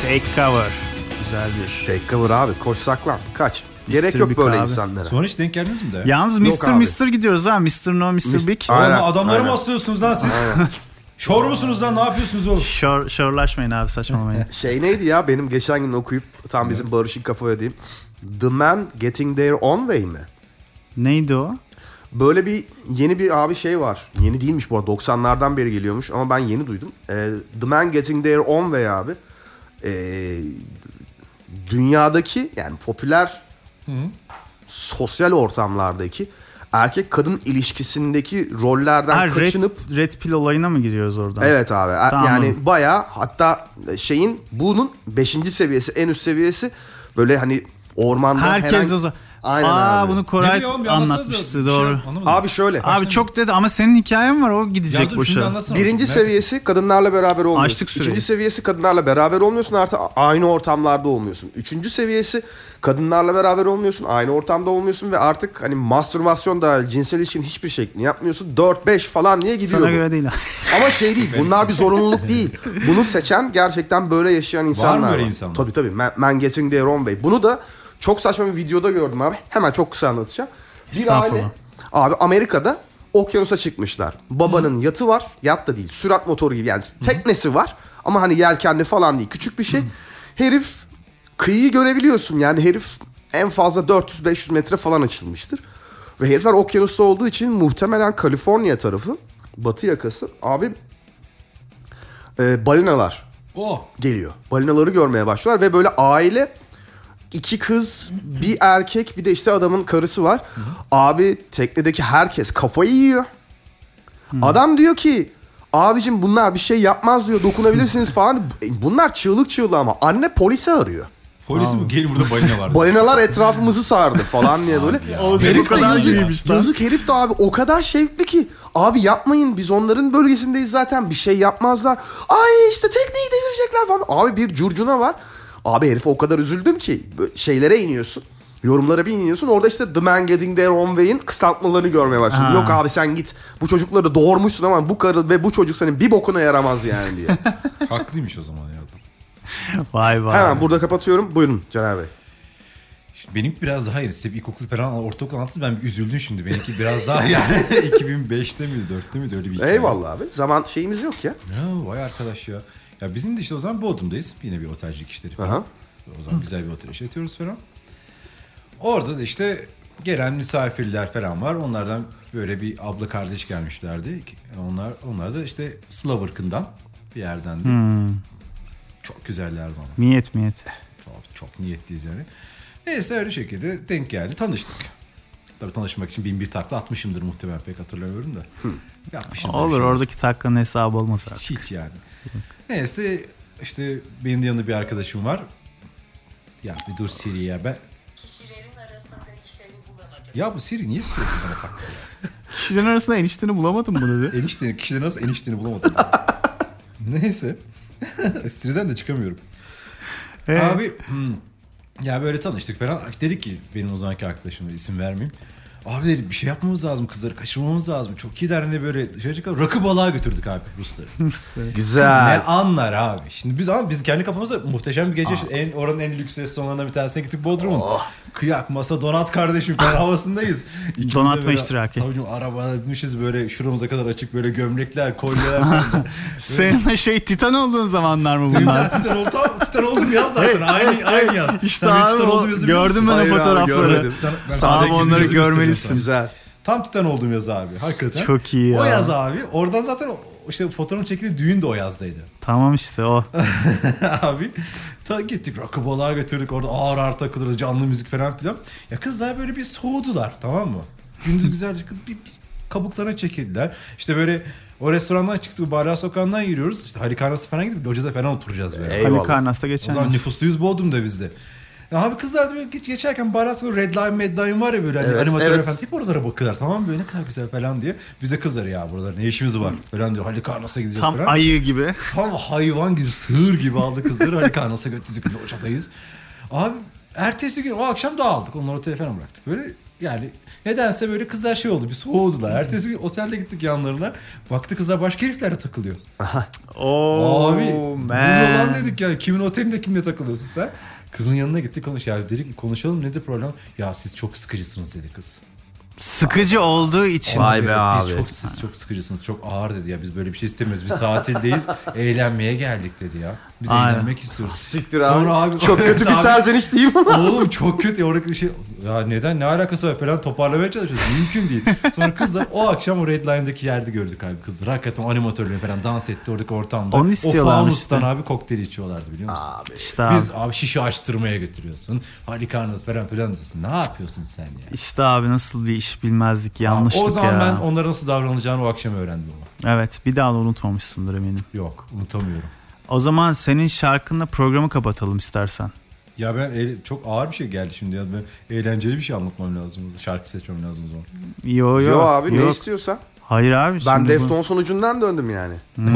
Take Cover. Güzel bir. Take cover abi. Koş saklan. Kaç. Gerek mister yok Big böyle abi. insanlara. Sonra hiç denk geldiniz mi de? Yalnız Yok mister abi. mister gidiyoruz ha. mister No, mister Mis- Big. Aynen, Oğlum adamları aynen. mı asıyorsunuz lan siz? Şor musunuz lan, ne yapıyorsunuz oğlum? Şor, şorlaşmayın abi, saçmalamayın. Şey neydi ya benim geçen gün okuyup tam bizim Barış'ın kafa ödeyim. The Man Getting Their Own Way mi? Neydi o? Böyle bir yeni bir abi şey var. Yeni değilmiş bu arada, doksanlardan beri geliyormuş ama ben yeni duydum. Ee, The Man Getting Their Own Way abi. Ee, dünyadaki yani popüler sosyal ortamlardaki erkek kadın ilişkisindeki rollerden Ha, kaçınıp red, red Pill olayına mı giriyoruz oradan? evet abi. Er- Tamam. Yani bayağı, hatta şeyin bunun beşinci seviyesi, en üst seviyesi böyle hani ormanda Herkes herhangi... de o zaman. Aynen Aa, abi. bunu Ne Koray diyor oğlum, bir anlatsanıza. anlatmıştı, Bir şey doğru. anlamadım. Abi şöyle. Abi çok dedi ama senin hikayen var, o gidecek Ya dur, şimdi boşa. anlatsana. Birinci Merak seviyesi kadınlarla beraber olmuyorsun. Açtık süreyi. İkinci seviyesi kadınlarla beraber olmuyorsun, artık aynı ortamlarda olmuyorsun. Üçüncü seviyesi kadınlarla beraber olmuyorsun, aynı ortamda olmuyorsun ve artık hani mastürbasyon dahil cinsel ilişkinin hiçbir şeklini yapmıyorsun. dört beş falan niye gidiyor Sana bu? göre değil. Ama şey değil, bunlar bir zorunluluk değil. Bunu seçen gerçekten böyle yaşayan insanlar var. böyle insanlar? Tabii tabii. Man, Man Getting Their Own Way. Bunu da çok saçma bir videoda gördüm abi. Hemen çok kısa anlatacağım. Bir Estağfurullah. aile abi Amerika'da okyanusa çıkmışlar. Babanın yatı var. Yat da değil. Sürat motoru gibi yani teknesi var. Ama hani yelkenli falan değil. Küçük bir şey. Herif kıyıyı görebiliyorsun. Yani herif en fazla dört yüz beş yüz metre falan açılmıştır. Ve herifler okyanusta olduğu için muhtemelen Kaliforniya tarafı, batı yakası abi e, balinalar Oh. geliyor. Balinaları görmeye başlıyorlar ve böyle aile, iki kız, bir erkek, bir de işte adamın karısı var. Abi teknedeki herkes kafayı yiyor. Adam diyor ki abicim bunlar bir şey yapmaz diyor, dokunabilirsiniz falan. Bunlar çığlık çığlığı ama anne polisi arıyor. Polis mi? Gelin, burada balina var. Balinalar etrafımızı sardı falan diye böyle. Herif de yazık, yazık herif de abi o kadar şevkli ki. Abi yapmayın, biz onların bölgesindeyiz zaten, bir şey yapmazlar. Ay işte tekneyi devirecekler falan. Abi bir curcuna var. Abi herife o kadar üzüldüm ki böyle şeylere iniyorsun. Yorumlara bir iniyorsun. Orada işte The Man Getting Their Own Way'in kısaltmalarını görmeye başlıyorsun. Ha. Yok abi sen git. Bu çocukları doğurmuşsun ama bu karı ve bu çocuk senin bir bokuna yaramaz yani diye. Haklıymış o zaman ya. Vay vay. Hemen burada kapatıyorum. Buyurun Caner Bey. Şimdi benimki biraz daha iyi. Size bir ilkokul falan, ortaokul anlattınız, ben bir üzüldüm şimdi. Benimki biraz daha yani iki bin beşte miydi, dörtte miydi, öyle bir hikaye. Eyvallah abi. Zaman şeyimiz yok ya. Ya vay arkadaş ya. Ya bizim de işte o zaman Bodrum'dayız. Yine bir otelcilik işleri falan. Aha. O zaman güzel bir otel işletiyoruz falan. Orada da işte gelen misafirler falan var. Onlardan böyle bir abla kardeş gelmişlerdi. Onlar onlar da işte Slavırkın'dan bir yerdendi. Hmm. Çok güzellerdi ama. Miyet miyet. Çok, çok niyetliyiz yani. Neyse öyle şekilde denk geldi. Tanıştık. Tabii tanışmak için bin bir takla atmışımdır muhtemelen, pek hatırlamıyorum da. Yapmışız. Olur, şey. oradaki taklanın hesabı olmaz artık. Hiç yani. Neyse işte benim de yanında bir arkadaşım var. Ya bir dur Siri ya ben. Kişilerin arasında işlerini bulamadım. Ya bu Siri niye sürekli bana taktı? Kişilerin arasında enişteni bulamadın mı dedi. Enişteni, kişilerin nasıl enişteni bulamadım. Neyse. Siri'den de çıkamıyorum. Ee? Abi hmm, ya böyle tanıştık falan. Dedik ki benim o zamanki arkadaşım, isim vermeyeyim. Abi dedik bir şey yapmamız lazım, kızları kaçırmamız lazım. Çok iyi derinde böyle dışarı çıkalım. Rakı balığa götürdük abi Rusları. Ne Güzel. anlar abi. Şimdi biz ama biz kendi kafamızda muhteşem bir gece. En oranın en lüks restoranlarından bir tanesine gittik, Bodrum'un. Kıyak, masa, donat kardeşim falan havasındayız. İkimiz de Donatma böyle, iştiraki. Abicim arabaya binmişiz böyle şuramıza kadar açık böyle gömlekler, kolyeler falan. Senin şey Titan olduğun zamanlar mı bunlar? Titan, titan, oldu, tam titan oldum yaz zaten. Aynı aynı yaz. İşte Sen benim abi titan o- olduğum yazı biliyor musun? gördüm ben o Hayır abi, fotoğrafları. görmedim. Titan- ben Sağ sağdaki ol, sizin onları gözümü görmelisin. Güzel. Tam titan olduğum yaz abi. Hakikaten. Çok iyi ya. O yaz abi. Oradan zaten o, işte fotoğrafın çekildiği düğün de o yazdaydı. Tamam işte o. Abi ta gittik rakı balığa götürdük, orada ağır ağır takılırız, canlı müzik falan filan. Ya kızlar böyle bir soğudular, tamam mı? Gündüz güzel bir, bir kabuklarına çekildiler. İşte böyle o restorandan çıktık, Barlar Sokağı'ndan yürüyoruz. İşte Halikarnas'a falan gidip locada falan oturacağız böyle. Eyvallah. Halikarnas'ta O geçen zaman yaz. nüfusluyuz Bodrum'da bizde. Ya abi kızlar da böyle geç, geçerken Barlar Sokağı, Red Line, Mad Line var ya böyle hani Evet, animatör evet. falan. Hep oralara bakıyorlar, tamam mı? Böyle ne kadar güzel falan diye. Bize kızlar ya buralar ne işimiz var falan diyor. Halikarnas'a gideceğiz Tam falan. ayı gibi. Tam hayvan gibi, sığır gibi aldı kızları. Halikarnas'a götürdük. Locadayız. Abi ertesi gün o akşam dağıldık. Onları otele falan bıraktık. Böyle Yani nedense böyle kızlar şey oldu, bir soğudular. Ertesi gün otelde gittik yanlarına. Baktı kızlar başka heriflerle takılıyor. Oo, Abi bu yalan dedik yani. Kimin otelinde kimle takılıyorsun sen? Kızın yanına gittik konuş. Ya dedik konuşalım, nedir problem? Ya siz çok sıkıcısınız dedi kız. Sıkıcı olduğu için. Vay be abi. Biz çok, siz çok sıkıcısınız, çok ağır dedi ya. Biz böyle bir şey istemiyoruz. Biz tatildeyiz, eğlenmeye geldik dedi ya. Biz Aynen. eğlenmek istiyoruz. Siktir Sonra abi. abi- Çok kötü bir Abi- serzeniş değil mi? Oğlum çok kötü ya, oradaki şey. Ya neden, ne alakası var falan, toparlamaya çalışıyoruz. Mümkün değil. Sonra kızlar o akşam o Red Line'daki yerde gördük abi kızlar. Hakikaten animatörle falan dans etti oradaki ortamda. Onu o istiyorlarmış fanustan işte. abi kokteyl içiyorlardı biliyor musun? Abi. İşte abi. Biz abi şişe açtırmaya götürüyorsun. Halikarnız falan filan diyorsun. Ne yapıyorsun sen ya? İşte abi nasıl bir iş bilmezlik, yanlışlık O zaman ya. ben onlara nasıl davranacağını o akşam öğrendim ama. Evet, bir daha da unutmamışsındır eminim. Yok, unutamıyorum. O zaman senin şarkınla programı kapatalım istersen. Ya ben eğle- çok ağır bir şey geldi şimdi ya. Ben eğlenceli bir şey anlatmam lazım. Şarkı seçmem lazım o zaman. Yo yo. Yo abi yok. ne istiyorsan. Hayır abi. Ben şimdi bu- Deftones ucundan döndüm yani.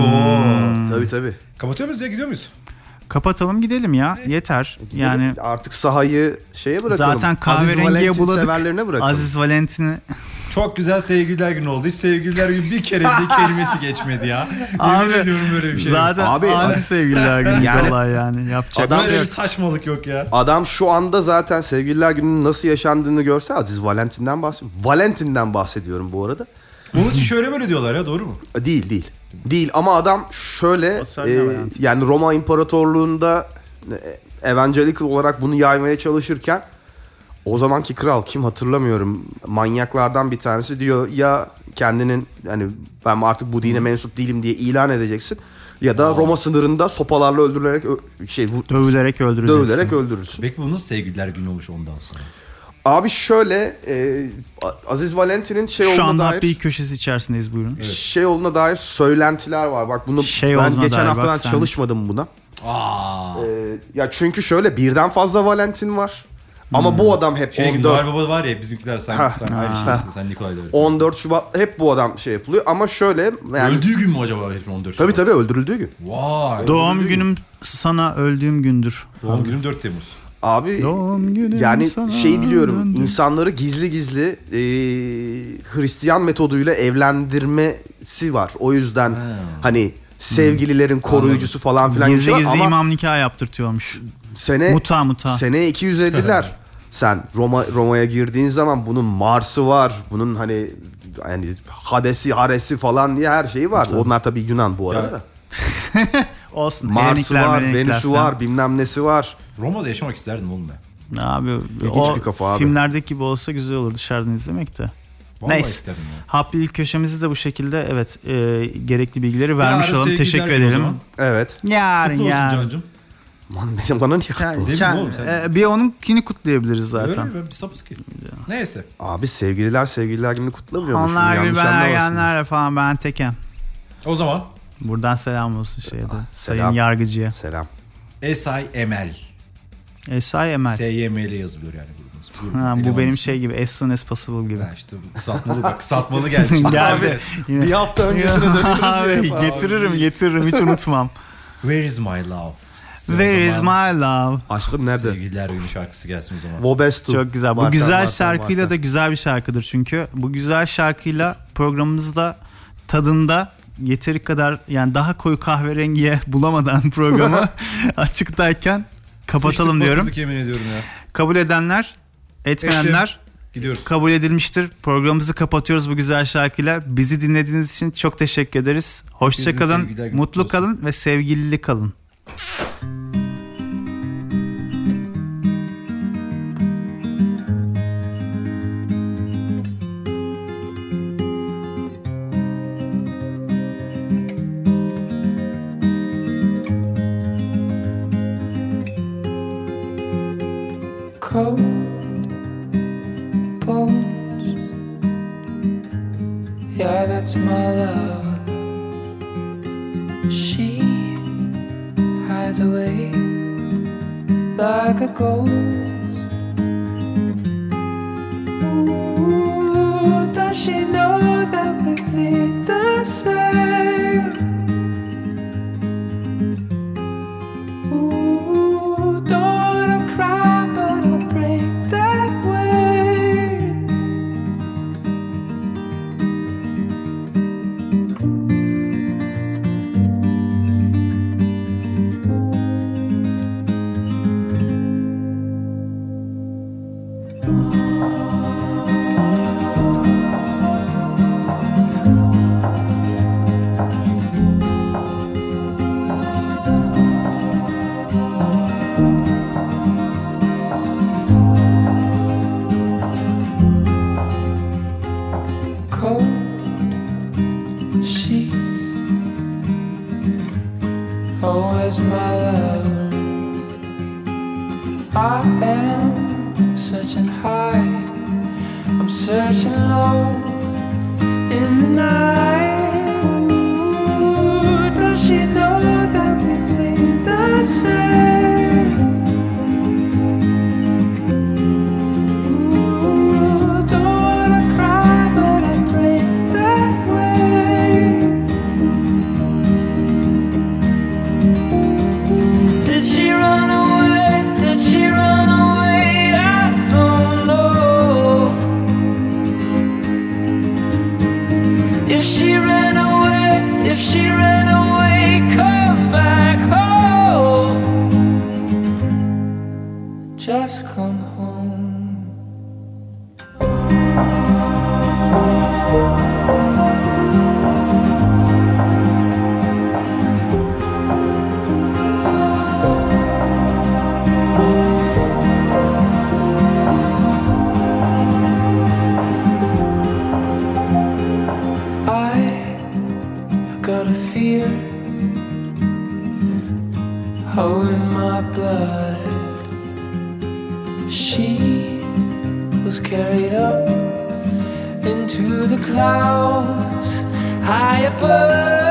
Oo. Tabii tabii. Kapatıyor muyuz ya, gidiyor muyuz? Kapatalım gidelim ya. Yeter. Gidelim. Yani Artık sahayı şeye bırakalım. zaten Aziz kahverengiye Valentin buladık. severlerine bırakalım. Aziz Valentin'i Çok güzel sevgililer günü oldu. Hiç sevgililer günü bir kere bile kelimesi geçmedi ya. Abi, Yemin ediyorum böyle bir şey. zaten Abi, anti sevgililer günü yani- olay yani. Yapacak Adam- bir şey Böyle bir yok. saçmalık yok ya. Adam şu anda zaten sevgililer gününün nasıl yaşandığını görse Aziz Valentin'den bahsediyorum. Valentin'den bahsediyorum bu arada. Bunun için şöyle böyle diyorlar ya, doğru mu? Değil değil. Değil ama adam şöyle O sen ne e, Valentin? yani Roma İmparatorluğu'nda e, evangelical olarak bunu yaymaya çalışırken o zamanki kral kim hatırlamıyorum, manyaklardan bir tanesi diyor ya kendinin hani ben artık bu dine mensup değilim diye ilan edeceksin ya da Roma sınırında sopalarla öldürülerek ö- şey vu- Dövülerek öldüreceksin. dövülerek öldürürsün. Peki bu nasıl sevgililer günü olmuş ondan sonra? Abi şöyle e, Aziz Valentin'in şey Şu olduğuna anda dair bir köşesi içerisindeyiz, buyurun. şey olduğuna dair söylentiler var. Bak bunu Şey ben olduğuna geçen dair, haftadan bak sen. çalışmadım buna. Aa. Ee, ya çünkü şöyle birden fazla Valentin var. Ama bu adam hep Şey gibi, on dört Noel Baba var ya bizimkiler, sen, Ha. sen aynı şey işte, sen Nikolay da öyle. on dört Şubat hep bu adam şey yapılıyor ama şöyle yani Öldüğü gün mü acaba herifin on dört tabii Şubat? tabii öldürüldüğü gün. Vay. Doğum günüm sana öldüğüm gündür. Doğum günüm dört Temmuz. Abi Doğum günüm yani sana şey biliyorum döndü. insanları gizli gizli e, Hristiyan metoduyla evlendirmesi var. O yüzden hani sevgililerin koruyucusu falan filan Gizli gibi gizli ama imam nikah yaptırtıyormuş. sene Muta muta. Sene iki yüz elliler. Sen Roma Roma'ya girdiğin zaman bunun Mars'ı var. Bunun hani yani Hades'i, Hares'i falan diye her şeyi var. Onlar tabii Yunan bu arada. Ya, da. Olsun. Mars'ı Helenikler, var, Melenikler Venüs'ü falan. var, bilmem nesi var. Roma'da yaşamak isterdim oğlum ben. Abi İlginç o bir kafa abi. filmlerdeki gibi olsa güzel olur dışarıdan izlemek de. Vallahi Neyse. isterdim ya. Happilik köşemizi de bu şekilde evet e, gerekli bilgileri vermiş Yarın olalım. sevgililer Teşekkür günü o ederim. zaman. Evet. Yarın Kutlu olsun ya. Cancım. Lan benim bana niye kutlu Ya- olsun? Değil mi ya- oğlum sen? e, bir onunkini kutlayabiliriz zaten. Öyle mi? Ben bir sapız ki. Neyse. Abi sevgililer sevgililer gününü kutlamıyormuş. Onlar gibi Yanlış ben anlamasın. ergenlerle falan ben tekem. O zaman Buradan selam olsun şeye de. Sayın selam. yargıcıya. Selam. S I M L. Esay Emel. S Y M L yazılıyor yani grubumuz. Grubun Ha, bu benim elemanısın. şey gibi. As soon as possible gibi. Ha işte bu kısaltmalı bak, kısaltmalı geldi. şimdi. Geldi. Yine- Bir hafta öncesine dönüyoruz Abi, ya. getiririm getiririm hiç unutmam. Where is my love? Where is my love? Aşkım nerede? Sevgililer günü şarkısı gelsin o zaman. Wobestu. Çok güzel. Bu Vartan, güzel vartan, şarkıyla vartan. da güzel bir şarkıdır çünkü. Bu güzel şarkıyla programımızda tadında yeteri kadar yani daha koyu kahverengiye bulamadan programı açıktayken kapatalım Sıçtık, diyorum. batırdık, yemin ediyorum ya. Kabul edenler, etmeyenler Gidiyoruz. kabul edilmiştir. Programımızı kapatıyoruz bu güzel şarkıyla. Bizi dinlediğiniz için çok teşekkür ederiz. Hoşça Herkesin kalın, sevgiler günü mutlu olsun. kalın ve sevgilili kalın. Cold bones. Yeah, that's my love. She hides away like a ghost. Ooh, does she know that we bleed the same? Ooh, don't wanna cry, but I'll break that way. is my love. I am searching high, I'm searching low in the night. Ooh, does she know that we bleed the same? Ooh, don't wanna cry, but I break that way. Did she run away? Did she run away? I don't know. If she ran away, if she ran away, come back home. Just come home. I got a fear, oh, in my blood. She was carried up into the clouds high above.